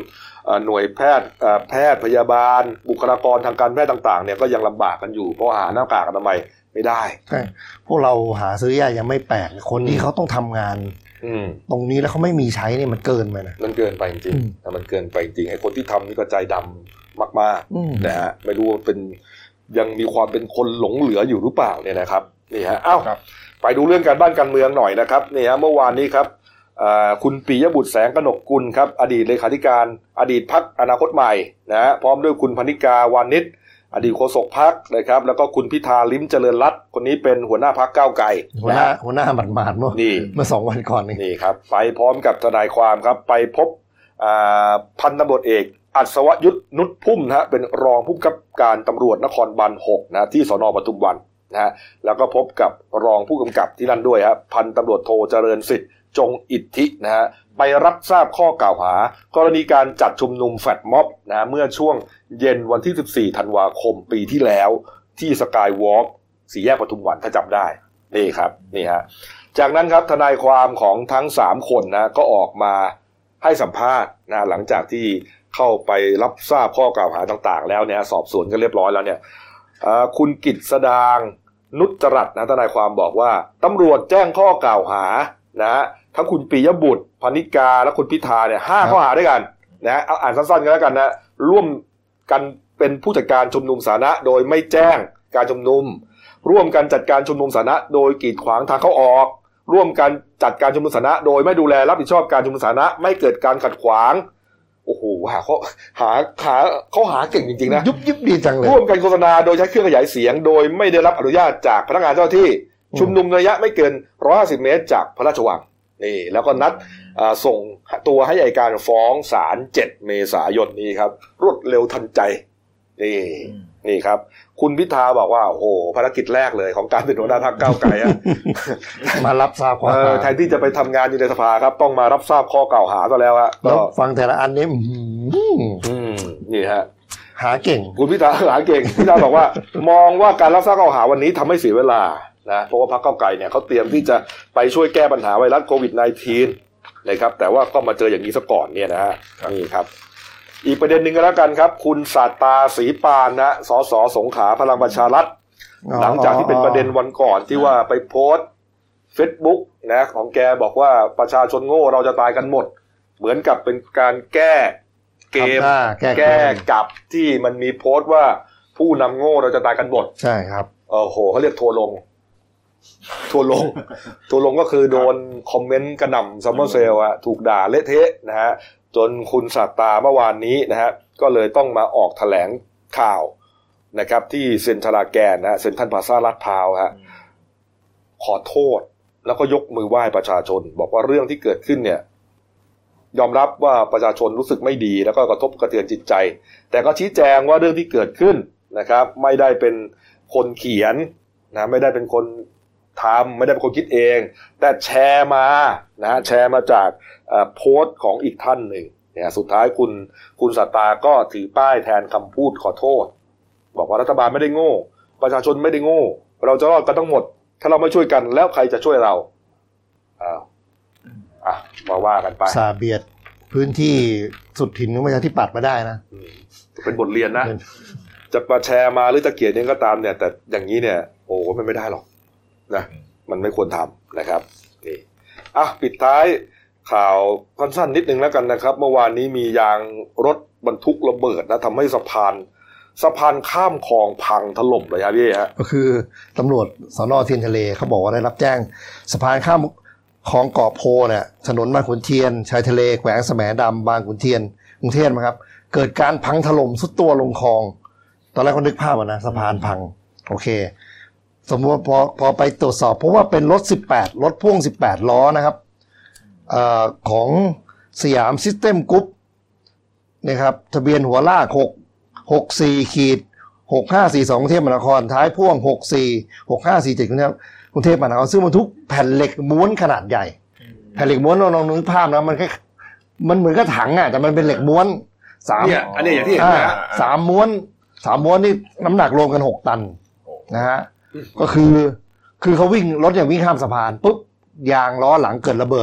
หน่วยแพทย์แพทย์พยาบาลบุคลากรทางการแพทย์ต่างๆเนี่ยก็ยังลำบากกันอยู่เพราะหาหน้ากากอนามัยไม่ได้ใช่พวกเราหาซื้อยากยังไม่แปลกคนที่เขาต้องทำงานตรงนี้แล้วเขาไม่มีใช้นี่มันเกินไปนะมันเกินไปจริงๆมันเกินไปจริงไอ้คนที่ทำนี่ก็ใจดำมากๆนะฮะไม่รู้ว่าเป็นยังมีความเป็นคนหลงเหลืออยู่หรือเปล่าเนี่ยนะครับนี่ฮะอ้าวไปดูเรื่องการบ้านการเมืองหน่อยนะครับนี่ฮะเมื่อวานนี้ครับคุณปิยบุตรแสงกนกกุลครับอดีตเลขาธิการอดีตพรรคอนาคตใหม่นะฮะพร้อมด้วยคุณพนิกาวานิชอดีตโฆษกพรรคนะครับแล้วก็คุณพิธาลิ้มเจริญรัตน์คนนี้เป็นหัวหน้าพรรคก้าวไกลหัวหน้าหัวหน้าหมาดๆเมื่อเมื่อสองวันก่อนนี่นี่ครับไปพร้อมกับทนายความครับไปพบพันตำรวจเอกอัศวยุทธนุชพุ่มนะฮะเป็นรองผู้กำกับการตำรวจนครบาลหกนะที่สน.ปทุมวันนะฮะแล้วก็พบกับรองผู้กำกับที่นั่นด้วยครับพันตำรวจโทเจริญสิทธิ์จงอิทธินะฮะไปรับทราบข้อกล่าวหากรณีการจัดชุมนุมแฟลตม็อบนะเมื่อช่วงเย็นวันที่สิบสี่ธันวาคมปีที่แล้วที่สกายวอล์กสี่แยกปทุมวันถ้าจำได้นี่ครับนี่ฮะจากนั้นครับทนายความของทั้งสามคนนะก็ออกมาให้สัมภาษณ์นะหลังจากที่เข้าไปรับทราบข้อกล่าวหาต่างๆแล้วเนี่ยสอบสวนกันเรียบร้อยแล้วเนี่ยคุณกิตติสดางนุชจรัตน์นะทนายความบอกว่าตำรวจแจ้งข้อกล่าวหานะฮะทั้งคุณปิยบุตรพนิกาและคุณพิธาเนี่ยห้าข้อหาด้วยกันนะเอาอ่านสั้นๆกันแล้วกันนะร่วมกันเป็นผู้จัดการชุมนุมสาธารณะโดยไม่แจ้งการชุมนุมร่วมกันจัดการชุมนุมสาธารณะโดยกีดขวางทางเข้าออกร่วมกันจัดการชุมนุมสาธารณะโดยไม่ดูแลรับผิดชอบการชุมนุมสาธารณะไม่เกิดการขัดขวางโอ้โหหาเขาหาหาเขาหาเก่งจริงๆนะยุบยิบดีจังเลยร่วมกันโฆษณาโดยใช้เครื่องขยายเสียงโดยไม่ได้รับอนุญาตจากพนักงานเจ้าหน้าที่ชุมนุมระยะไม่เกินหนึ่งร้อยห้าสิบเมตรจากพระราชวังนี่แล้วก็นัดส่งตัวให้อัยการฟ้องศาลเจ็ดเมษายนนี้ครับรวดเร็วทันใจนี่นี่ครับคุณพิธาบอกว่าโอ้โหภารกิจแรกเลยของการเป็นหัวหน้าพรรคก้าวไกลอะมารับทราบข้อหาแทนที่จะไปทำงานอยู่ในสภาครับต้องมารับทราบข้อกล่าวหาซะแล้วฮะก็ฟังแต่ละอันนี้นี่ฮะหาเก่งคุณพิธาหาเก่งพิธาบอกว่ามองว่าการรับทราบข้อกล่าวหาวันนี้ทำให้เสียเวลานะเพราะว่าพรรคก้าวไกลเนี่ยเขาเตรียมที่จะไปช่วยแก้ปัญหาไวรัสโควิด สิบเก้า นะครับแต่ว่าก็มาเจออย่างนี้ซะก่อนเนี่ยนะฮะนี่ครับอีกประเด็นหนึ่งก็แล้วกันครับคุณศาสตราศรีปานนะสสสงขลาพลังประชารัฐหลังจากที่เป็นประเด็นวันก่อนที่ว่าไปโพสต์ Facebook นะของแกบอกว่าประชาชนโง่เราจะตายกันหมดเหมือนกับเป็นการแก้เกมแก้กับที่มันมีโพสต์ว่าผู้นำโง่เราจะตายกันหมดใช่ครับโอ้โหเขาเรียกทัวลงทัวลงทัวลงก็คือโดนคอมเมนต์กระหน่ำซัมเมอร์เซลล์อะถูกด่าเละเทะนะฮะจนคุณศาสตราเมื่อวานนี้นะฮะก็เลยต้องมาออกแถลงข่าวนะครับที่เซ็นทรัลแกนนะฮะเซ็นทรัลพลาซ่าลาดพร้าวฮะขอโทษแล้วก็ยกมือไหว้ประชาชนบอกว่าเรื่องที่เกิดขึ้นเนี่ยยอมรับว่าประชาชนรู้สึกไม่ดีแล้วก็กระทบกระเทือนจิตใจแต่ก็ชี้แจงว่าเรื่องที่เกิดขึ้นนะครับไม่ได้เป็นคนเขียนนะไม่ได้เป็นคนทำไม่ได้เป็นคนคิดเองแต่แชร์มานะแชร์มาจากโพสต์ของอีกท่านหนึ่งเนี่ยสุดท้ายคุณคุณศาสตราก็ถือป้ายแทนคำพูดขอโทษบอกว่ารัฐบาลไม่ได้โง่ประชาชนไม่ได้โง่เราจะรอดกันทั้งหมดถ้าเราไม่ช่วยกันแล้วใครจะช่วยเราอ้าวอ่ะมาว่ากันไปซาเบียดพื้นที่สุดถิ่นของประชาธิปัตย์มาได้นะเป็นบทเรียนนะจะมาแชร์มาหรือจะเขียนเองก็ตามเนี่ยแต่อย่างนี้เนี่ยโอ้มันไม่ได้หรอกนะมันไม่ควรทำนะครับนี่อ่ะปิดท้ายข่าวสั้นๆนิดนึงแล้วกันนะครับเมื่อวานนี้มียางรถบรรทุกระเบิดนะทำให้สะพานสะพานข้ามคลองพังถล่มเลยครับพี่ฮะก็คือตำรวจสน.เทียนทะเลเขาบอกว่าได้รับแจ้งสะพานข้ามคลองเกาะโพเนี่ยถนนบางขุนเทียนชายทะเลแขวงแสมดำบางขุนเทียนกรุงเทพนะครับเกิดการพังถล่มสุดตัวลงคลองตอนแรกก็นึกภาพนะสะพานพังโอเคสมมติว่าพอพอไปตรวจสอบเพราะว่าเป็นรถสิบแปดรถพ่วงสิบแปดล้อนะครับเอ่อของสยามซิสเต็มกรุ๊ปนะครับทะเบียนหัวลากหก หกสี่ขีดหกห้าสี่สองกรุงเทพมหานครท้ายพ่วงหกสี่ หกห้าสี่เจ็ดกรุงเทพกรุงเทพมหานครซึ่งบรรทุกแผ่นเหล็กม้วนขนาดใหญ่แผ่นเหล็กม้วนเราลองนึกภาพนะมันแค่มันเหมือนกับถังอ่ะแต่มันเป็นเหล็กม้วนสามเนี่ยอันนี้อย่างที่เห็นนะสามม้วนสามม้วนนี่น้ำหนักรวมกันหกตันนะฮะก็คือคือเขาวิ่งรถอย่างวิ่งข้ามสะพานปุ๊บยางล้อหลังเกิดระเบิด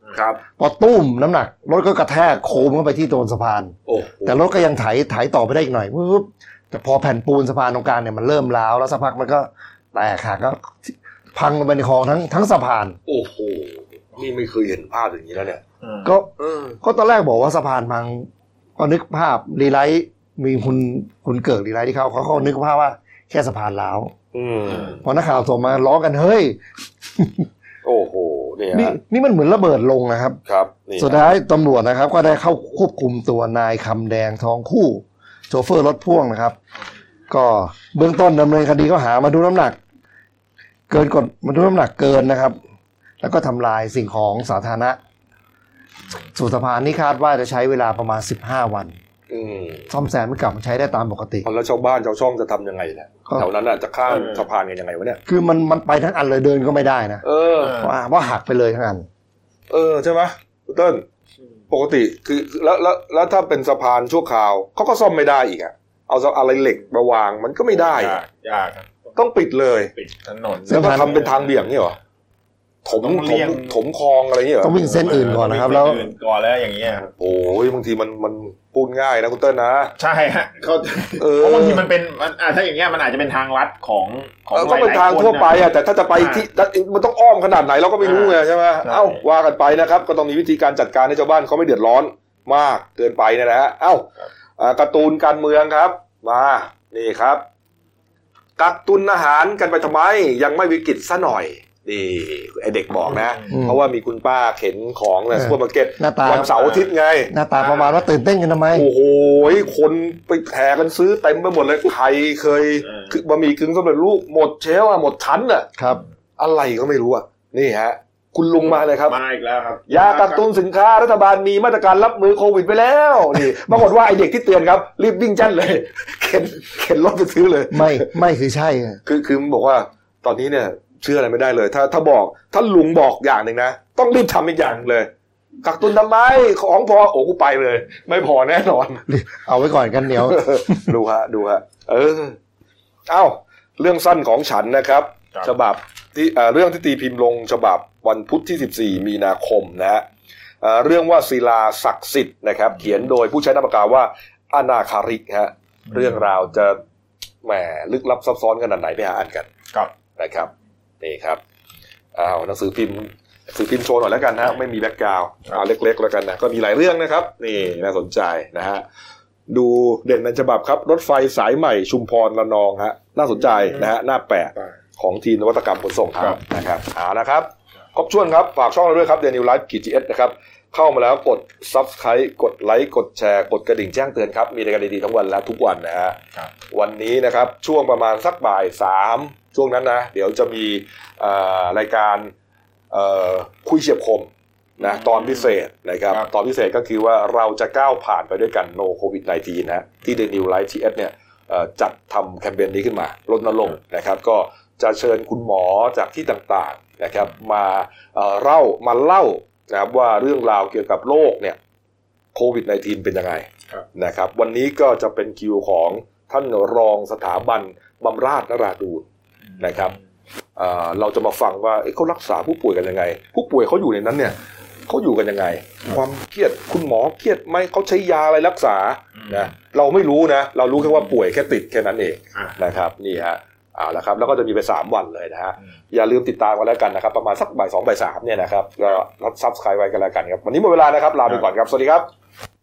ครับพอตุ้มน้ำหนักรถก็กระแทกโค้งเข้าไปที่โดนสะพานแต่รถก็ยังไถไถต่อไปได้อีกหน่อยปุ๊บแต่พอแผ่นปูนสะพานตรงกลางเนี่ยมันเริ่มร้าวแล้วสักพักมันก็แตกขาดก็พังลงไปในคลองทั้งทั้งสะพานโอ้โหนี่ไม่เคยเห็นภาพอย่างนี้แล้วเนี่ยก็ก็ตอนแรกบอกว่าสะพานพังก็นึกภาพรีไลท์มีคุณคุณเกิดรีไลท์ที่เขาเขาเขานึกภาพว่าแค่สะพานร้าวพอนักข่าวส่งมาล้อกันเฮ้ยโอ้โหนี่นี่นี่มันเหมือนระเบิดลงนะครับครับสุดท้ายตำรวจนะครับก็ได้เข้าควบคุมตัวนายคำแดงทองคู่โชเฟอร์รถพ่วงนะครับก็เบื้องต้นดำเนินคดีก็หามาดูน้ำหนักเกินกฎมาดูน้ำหนักเกินนะครับแล้วก็ทำลายสิ่งของสาธารณะสู่สะพานนี่คาดว่าจะใช้เวลาประมาณสิบห้าวันซ่อมแซมไม่กลับมาใช้ได้ตามปกติแล้วชาวบ้านชาวช่องจะทำยังไงเนี่ยแถวนั้นน่ะจะข้ามสะพานกันยังไงวะเนี่ยคือมันมันไปทั้งอันเลยเดินก็ไม่ได้นะเออว่าว่าหักไปเลยทั้งอันเออใช่ไหมคุณเติ้ลปกติคือแล้วแล้วแล้วถ้าเป็นสะพานชั่วคราวเขาก็ซ่อมไม่ได้อีกอ่ะเอาอะไรเหล็กมาวางมันก็ไม่ได้ยากต้องปิดเลยปิดถนนแล้วก็ทำเป็นทางเบี่ยงนี่หรอถมถมถมคลองอะไรเงี้ยต้องวิ่งเส้นอื่นก่อนนะครับแล้วก่อนแล้วอย่างเงี้ยโอ้ยบางทีมันมันปูนง่ายนะคุณเติ้ลนะใช่ฮะเขาเพราะบางทีมันเป็นมันอ่าถ้าอย่างเงี้ยมันอาจจะเป็นทางลัดของของก็เป็นทางทั่วไปอ่ะแต่ถ้าจะไปที่มันต้องอ้อมขนาดไหนเราก็ไม่รู้ไงใช่ไหมเอ้าว่ากันไปนะครับก็ต้องมีวิธีการจัดการให้ชาวบ้านเขาไม่เดือดร้อนมากเกินไปนะฮะเอ้าการ์ตูนการเมืองครับมานี่ครับกักตุนอาหารกันไปทำไมยังไม่วิกฤตซะหน่อยนี่ไอเด็กบอกนะเพราะว่ามีคุณป้าเข็นของในซุปเปอร์มาร์เก็ตวันเสาร์อาทิตย์ไงหน้าตาประมาณว่าตื่นเต้นกันทำไมโอ้โหคนไปแห่กันซื้อเต็มไปหมดเลยใครเคยคือบะหมี่กึ่งสำเร็จรูปหมดเชลอะหมดชั้นอะครับอะไรก็ไม่รู้อะนี่ฮะคุณลุงมาเลยครับมาอีกแล้วครับยากักตุนสินค้ารัฐบาลมีมาตรการรับมือโควิดไปแล้วนี่ปรากฏว่าไอเด็กที่เตือนครับรีบวิ่งจั่นเลยเข็นเข็นรถไปซื้อเลยไม่ไม่คือใช่คือคือมันบอกว่าตอนนี้เนี่ยเชื่ออะไรไม่ได้เลยถ้าถ้าบอกถ้าลุงบอกอย่างหนึ่งนะต้องรีบทำอีกอย่างเลยกักตุนทำไมของพอโอ้กูไปเลยไม่พอแน่นอนเอาไว้ก่อนกันเหนียวดูฮะดูฮะเออเอ้าเรื่องสั้นของฉันนะครับฉบับที่เรื่องที่ตีพิมพ์ลงฉบับวันพุธที่สิบสี่มีนาคมนะฮะเรื่องว่าศิลาศักดิ์สิทธิ์นะครับเขียนโดยผู้ใช้นามปากกาว่าอนาคาริกฮะเรื่องราวจะแหมลึกลับซับซ้อนขนาดไหนไปหาอ่านกันนะครับนี่ครับอ้าวหนังสือพิมพ์หนังสือพิมพ์โชว์หน่อยแล้วกันนะไม่มีแบ็คกราวด์เอาเล็กๆแล้วกันนะก็มีหลายเรื่องนะครับนี่น่าสนใจนะฮะดูเด่นในฉบับครับรถไฟสายใหม่ชุมพรระนองฮะน่าสนใจนะฮะหน้าแปะของทีมนวัตกรรมขนส่งครับนะครับเอาละครับครบถ้วนครับฝากช่องเราด้วยครับเดนิวไลฟ์ จี เอส นะครับเข้ามาแล้วกด Subscribe กดไลค์กดแชร์กดกระดิ่งแจ้งเตือนครับมีรายการดีๆทั้งวันและทุกวันนะฮะวันนี้นะครับช่วงประมาณสักบ่ายสามช่วงนั้นนะเดี๋ยวจะมีรายการคุยเฉียบคมนะตอนพิเศษนะครับตอนพิเศษก็คือว่าเราจะก้าวผ่านไปด้วยกัน No โควิดสิบเก้า นะที่ The New Life ที เอส เนี่ยจัดทำแคมเปญนี้ขึ้นมารณรงค์นะครับก็จะเชิญคุณหมอจากที่ต่างๆนะครับมาเล่ามาเล่านะครับว่าเรื่องราวเกี่ยวกับโรคเนี่ยโควิดสิบเก้า เป็นยังไงนะครับวันนี้ก็จะเป็นคิวของท่านรองสถาบันบำราศนราดูรนะครับเอ่อเราจะมาฟังว่าเขารักษาผู้ป่วยกันยังไงผู้ป่วยเขาอยู่ในนั้นเนี่ยเขาอยู่กันยังไงความเครียดคุณหมอเครียดไหมเขาใช้ยาอะไรรักษานะเราไม่รู้นะเรารู้แค่ว่าป่วยแค่ติดแค่นั้นเองนะครับนี่ฮะเอาละครับแล้วก็จะมีไปสามวันเลยนะฮะอย่าลืมติดตามกันแล้วกันนะครับประมาณสักบ่ายสองบ่ายสามเนี่ยนะครับก็รับซับสไครบ์ไว้กันแล้วกันครับวันนี้หมดเวลานะครับลาไปก่อนครับสวัสดีครับ